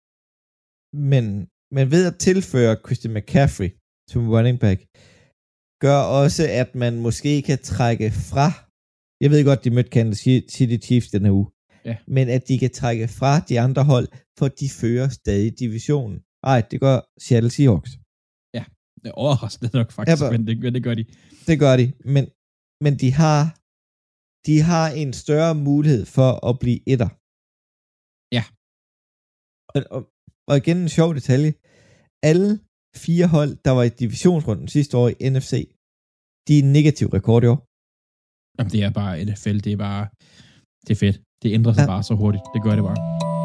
Men ved at tilføre Christian McCaffrey som running back, gør også, at man måske kan trække fra, jeg ved godt, de mødte Kansas City Chiefs den her uge,
ja.
Men at de kan trække fra de andre hold, for de fører stadig divisionen. Ej, det gør Seattle Seahawks.
Ja, det er overraskende nok faktisk, men det gør de. Det
gør de, men de har en større mulighed for at blive etter.
Ja.
Og igen en sjov detalje. Alle 4 hold, der var i divisionsrunden sidste år i NFC, de er negativ rekord i år.
Jamen, det er bare NFL, det er fedt. Det ændrer sig bare så hurtigt. Det gør det bare.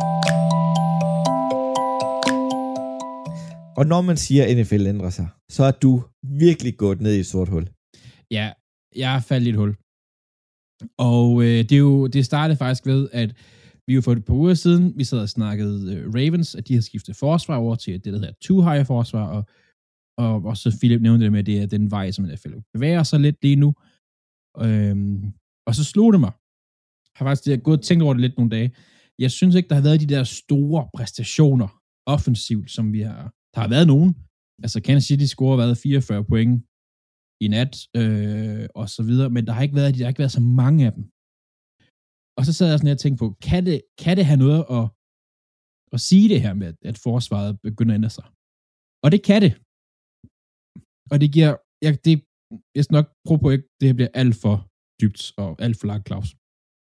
Og når man siger, at NFL ændrer sig, så er du virkelig gået ned i et sort hul.
Ja, jeg er faldet i et hul. Og det startede faktisk ved, at vi jo for et par uger siden, vi sad og snakkede Ravens, at de har skiftet forsvar over til det, der hedder too-high forsvar, og så Philip nævnte det med, at det er den vej, som NFL bevæger sig lidt lige nu. Og så slog det mig. Jeg har faktisk gået og tænkt over det lidt nogle dage. Jeg synes ikke, der har været de der store præstationer offensivt, som vi har. Der har været nogen. Altså Kansas City scorer været 44 point i nat, og så videre, men der har ikke været så mange af dem. Og så sad jeg sådan her og tænkte på, kan det have noget at sige det her med, at forsvaret begynder at ændre sig? Og det kan det. Og det giver, jeg skal nok prøve på, at det bliver alt for dybt og alt for langt, Claus.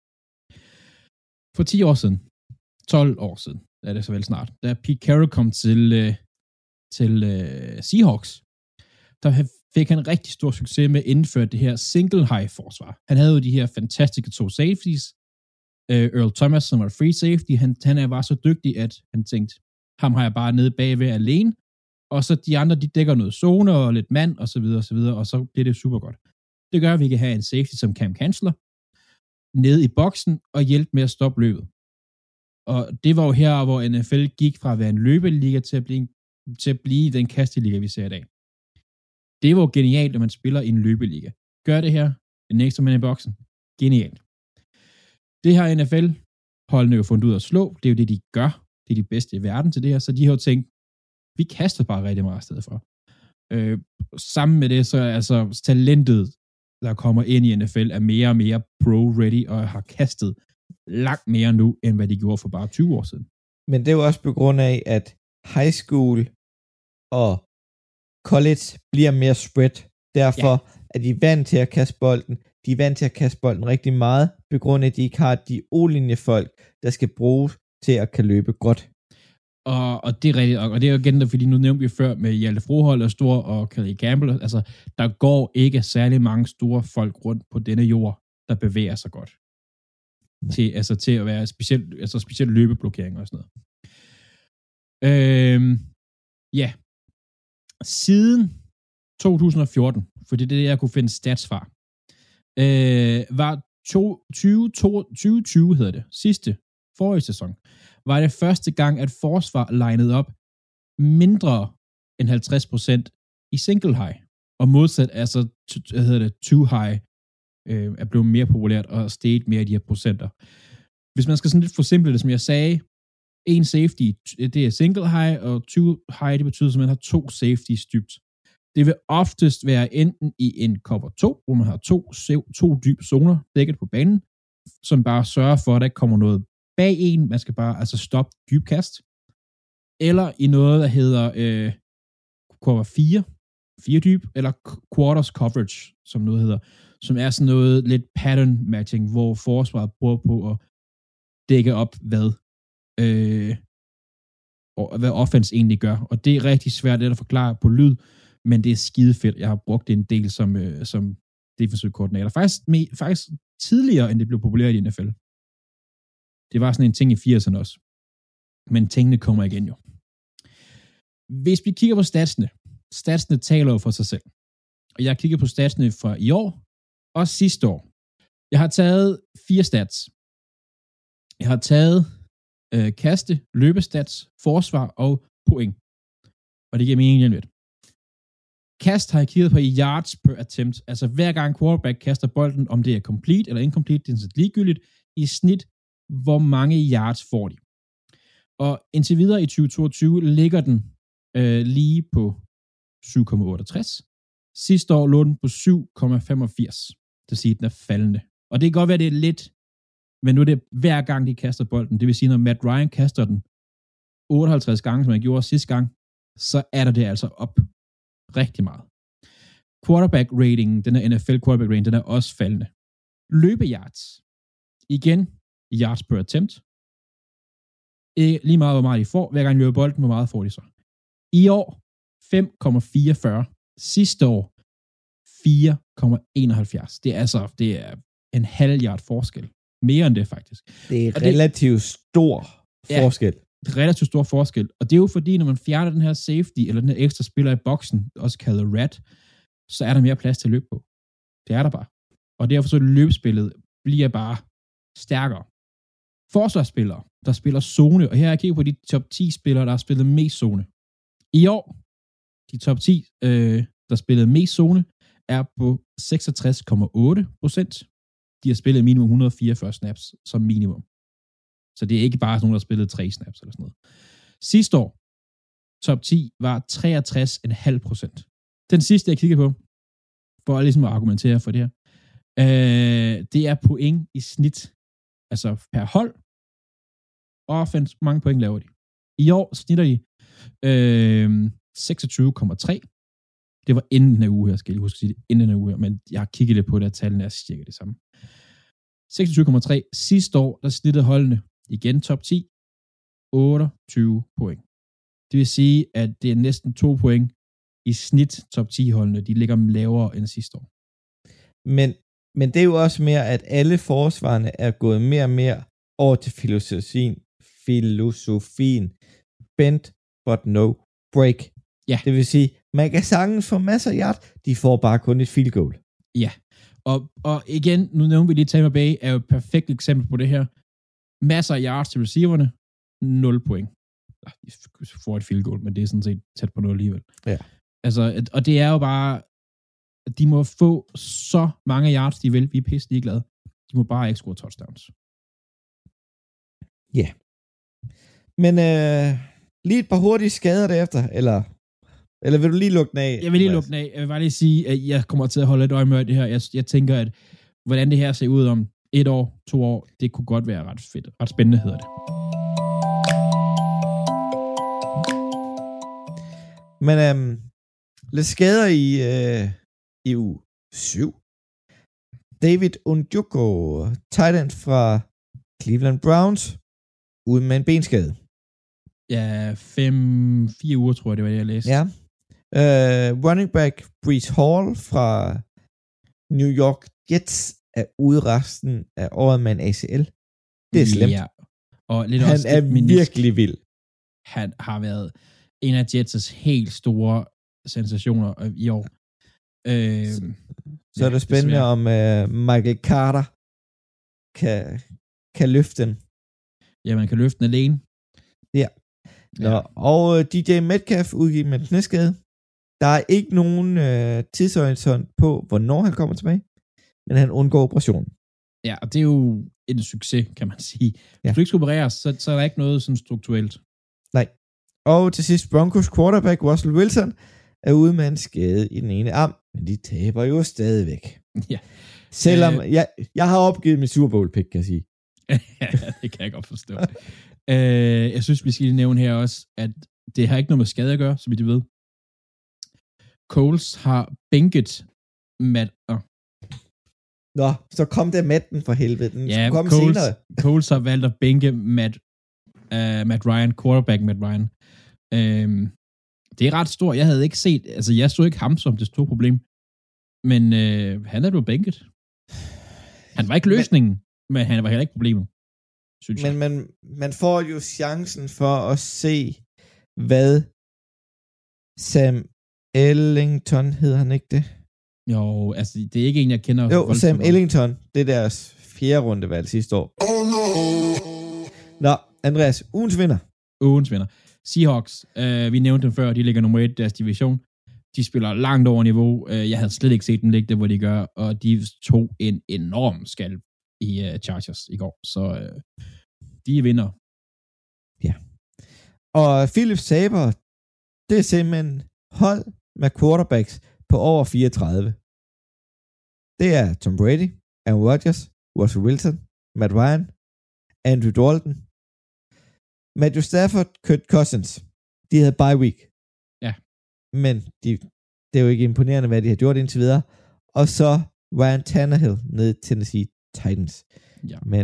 For 10 år siden, 12 år siden, er det så vel snart, da Pete Carroll kom til Seahawks, der fik han rigtig stor succes med at indføre det her single high forsvar. Han havde jo de her fantastiske 2 safeties, Earl Thomas, som var free safety, han var så dygtig, at han tænkte, ham har jeg bare nede bagved alene, og så de andre, de dækker noget zone og lidt mand, og så videre, og så bliver det super godt. Det gør, at vi kan have en safety som Cam Chancellor nede i boksen og hjælpe med at stoppe løbet. Og det var jo her, hvor NFL gik fra at være en løbeliga til at blive den kasteliga, vi ser i dag. Det var genialt, når man spiller i en løbeliga. Gør det her, en ekstra mand i boksen. Genialt. Det her NFL-holdene jo fundet ud af at slå. Det er jo det, de gør. Det er de bedste i verden til det her. Så de har jo tænkt, vi kaster bare rigtig meget i stedet for. Sammen med det, så er altså talentet, der kommer ind i NFL, er mere og mere pro-ready og har kastet langt mere nu, end hvad de gjorde for bare 20 år siden.
Men det er jo også på grund af, at high school og college bliver mere spread. Derfor er de vant til at kaste bolden. De er vant til at kaste bolden rigtig meget, på grund af, at de ikke har de O-linjefolk, der skal bruges til at kan løbe godt.
Og det er rigtigt, og det er jo igen, fordi nu nævnte vi før med Hjalte Froholt og Stor og Kelly Campbell, altså der går ikke særlig mange store folk rundt på denne jord, der bevæger sig godt. Til at være specielt løbeblokering og sådan noget. Ja. Siden 2014, for det er det, jeg kunne finde stats fra, var 2020 hedder det, forrige sæson, var det første gang, at forsvar linede op mindre end 50% i single high, og modsat, altså, two high, er blevet mere populært og steget mere i de her procenter. Hvis man skal sådan lidt forsimple det, som jeg sagde, en safety, det er single high, og two high, det betyder, at man har to safeties dybt. Det vil oftest være enten i en cover 2, hvor man har to dybe zoner dækket på banen, som bare sørger for, at der ikke kommer noget bag en, man skal bare altså stoppe dybkast, eller i noget, der hedder cover 4 dyb, eller quarters coverage, som noget hedder, som er sådan noget lidt pattern matching, hvor forsvaret bruger på at dække op, hvad offense egentlig gør. Og det er rigtig svært at forklare på lyd, men det er skide fedt. Jeg har brugt det en del som defensive koordinator. Faktisk tidligere, end det blev populært i NFL. Det var sådan en ting i 80'erne også. Men tingene kommer igen jo. Hvis vi kigger på statsene taler jo for sig selv. Og jeg kigger på statsene fra i år og sidste år. Jeg har taget 4 stats. Jeg har taget kaste, løbestats, forsvar og point. Og det giver mening lidt. Kast har jeg kigget på i yards per attempt. Altså hver gang quarterback kaster bolden, om det er complete eller incomplete, det er sådan ligegyldigt, i snit, hvor mange yards får de. Og indtil videre i 2022 ligger den lige på 7,68. Sidste år lå den på 7,85. Det vil sige, at den er faldende. Og det kan godt være, det er lidt, men nu er det hver gang, de kaster bolden. Det vil sige, når Matt Ryan kaster den 58 gange, som han gjorde sidste gang, så er der det altså op rigtig meget. Quarterback rating, den her NFL quarterback rating, den er også faldende. Løbeyards. Igen, yards per attempt. Lige meget, hvor meget de får. Hver gang de løber bolden, hvor meget får de så. I år, 5,44. Sidste år, 4,71. Det er en halv yard forskel. Mere end det, faktisk. Det er
relativt stor forskel.
Ja, relativt stor forskel. Og det er jo fordi, når man fjerner den her safety, eller den her ekstra spiller i boksen, også kaldet rat, så er der mere plads til at løbe på. Det er der bare. Og derfor så løbespillet bliver bare stærkere. Forsvarsspillere, der spiller zone, og her har jeg kigget på de top 10 spillere, der har spillet mest zone. I år, de top 10, der spillede mest zone, er på 66,8%. De har spillet minimum 144 snaps som minimum. Så det er ikke bare nogen, der har spillet 3 snaps eller sådan noget. Sidste år, top 10 var 63,5%. Den sidste, jeg kigger på, for ligesom at argumentere for det her, det er point i snit, altså per hold. Offense, mange point laver de. I år snitter de 26,3. Det var inden den her uge her, skal jeg huske at sige det, inden den her uge her, men jeg har kigget lidt på det, at tallene er cirka det samme. 26,3. Sidste år, der snittede holdene, igen top 10, 28 point. Det vil sige, at det er næsten 2 point i snit top 10 holdene. De ligger lavere end sidste år.
Men det er jo også mere, at alle forsvarerne er gået mere og mere over til filosofien bend but no break.
Ja.
Det vil sige, man kan sagtens få masser af yard, de får bare kun et field goal.
Ja, og igen, nu nævner vi lige Tampa Bay, er jo et perfekt eksempel på det her. Masser af yards til receiverne, 0 point. De får et field goal, men det er sådan set tæt på noget alligevel.
Ja.
Altså, og det er jo bare, de må få så mange yards, de vil. Vi er pisse ligeglade. De må bare ikke score touchdowns.
Ja. Yeah. Men lige et par hurtige skader derefter, eller vil du lige lukke den af?
Jeg vil lige lukke den af. Jeg vil bare lige sige, at jeg kommer til at holde et øje med det her. Jeg tænker, at hvordan det her ser ud om 1 år, 2 år, det kunne godt være ret fedt. Ret spændende hedder det.
Men lidt skader i uge 7. David Njoku, tight end fra Cleveland Browns, ude med en benskade.
Ja, 4 uger, tror jeg, det var det, jeg læste.
Ja. Running back Breece Hall fra New York Jets er ude resten af året med en ACL. Det er slemt.
Ja. Og lidt
han
også
er virkelig vild.
Han har været en af Jets' helt store sensationer i år.
Så er det spændende, om Michael Carter kan løfte den.
Ja, man kan løfte den alene.
Ja. Nå, og DJ Metcalf udgivet med en knæskade. Der er ikke nogen tidshorisont på, hvornår han kommer tilbage, men han undgår operationen.
Ja, og det er jo en succes, kan man sige. Hvis du ikke skal opereres, så er der ikke noget sådan strukturelt.
Nej. Og til sidst, Broncos quarterback Russell Wilson er ude med en skade i den ene arm, men de taber jo stadigvæk.
Ja.
Selvom jeg har opgivet mit Super Bowl pick, kan jeg sige.
Ja, det kan jeg godt forstå. Jeg synes, vi skal lige nævne her også, at det har ikke noget med skade at gøre, så vidt I ved. Coles har bænket Matt.
Nå, så kom der Matten for helvede. Den
ja,
komme senere.
Coles har valgt at bænke Matt Ryan, quarterback Matt Ryan. Det er ret stort. Jeg havde ikke set, altså jeg så ikke ham som det store problem, men han er blevet bænket. Han var ikke løsningen, men han var heller ikke problemet, synes jeg.
Men man får jo chancen for at se, hvad Sam Ellington, hedder han ikke det?
Jo, altså det er ikke en, jeg kender.
Jo, Sam Ellington, det er deres 4. rundevalg sidste år. Nå, Andreas, ugens vinder.
Ugens vinder. Seahawks, vi nævnte dem før, de ligger nummer 1 i deres division. De spiller langt over niveau. Jeg havde slet ikke set dem ligge der, hvor de gør, og de tog en enorm skalp i Chargers i går. Så de vinder.
Ja. Og Philip Saber, det er simpelthen hold med quarterbacks på over 34. Det er Tom Brady, Aaron Rodgers, Russell Wilson, Matt Ryan, Andrew Dalton, Matthew Stafford, Kirk Cousins. De havde bye week.
Ja.
Men det er jo ikke imponerende, hvad de har gjort indtil videre. Og så Ryan Tannehill ned til Tennessee Titans.
Ja.
Men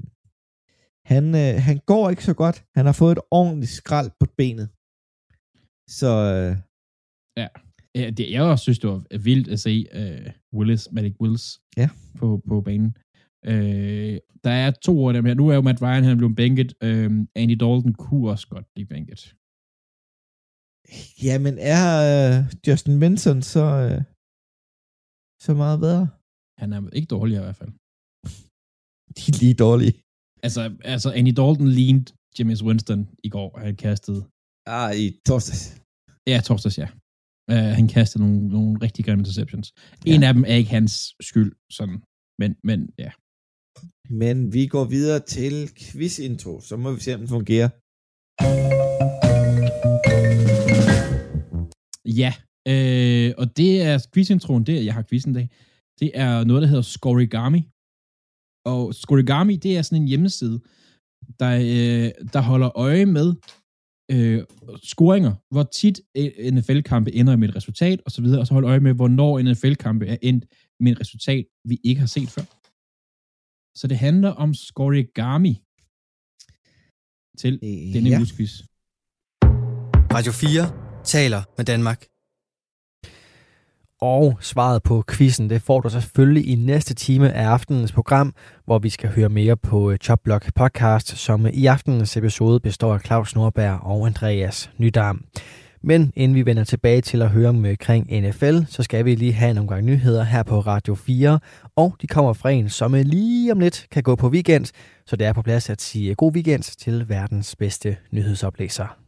han går ikke så godt. Han har fået et ordentligt skrald på benet. Så
ja. Jeg også synes, det var vildt at se Malik Willis på banen. Der er 2 af dem her. Nu er jo Matt Ryan, han er blevet bænket. Andy Dalton kunne også godt blive bænket.
Jamen, er Justin Benson så meget bedre?
Han er ikke dårlig i hvert fald.
De er lige dårlige.
Altså Andy Dalton lignede Jameis Winston i går. Han kastede...
I torsdags.
Ja, torsdags, ja. Han kastede nogle rigtig grimme interceptions. En af dem er ikke hans skyld, sådan. Men ja.
Men vi går videre til quiz-intro, så må vi se, om den fungerer.
Ja, og det er quiz-introen, jeg har quizzen i dag. Det er noget, der hedder Scorigami. Og Scorigami, det er sådan en hjemmeside, der holder øje med scoringer, hvor tit NFL-kampe ender med et resultat, og så videre, og så holder øje med, hvornår NFL-kampe er endt med et resultat, vi ikke har set før. Så det handler om Scorigami til denne uges quiz.
Radio 4 taler med Danmark.
Og svaret på quizzen, det får du selvfølgelig i næste time af aftenens program, hvor vi skal høre mere på Chopblock podcast, som i aftenens episode består af Claus Nordberg og Andreas Nydam. Men inden vi vender tilbage til at høre omkring NFL, så skal vi lige have en omgang nyheder her på Radio 4. Og de kommer fra en, som lige om lidt kan gå på weekend. Så det er på plads at sige god weekend til verdens bedste nyhedsoplæser.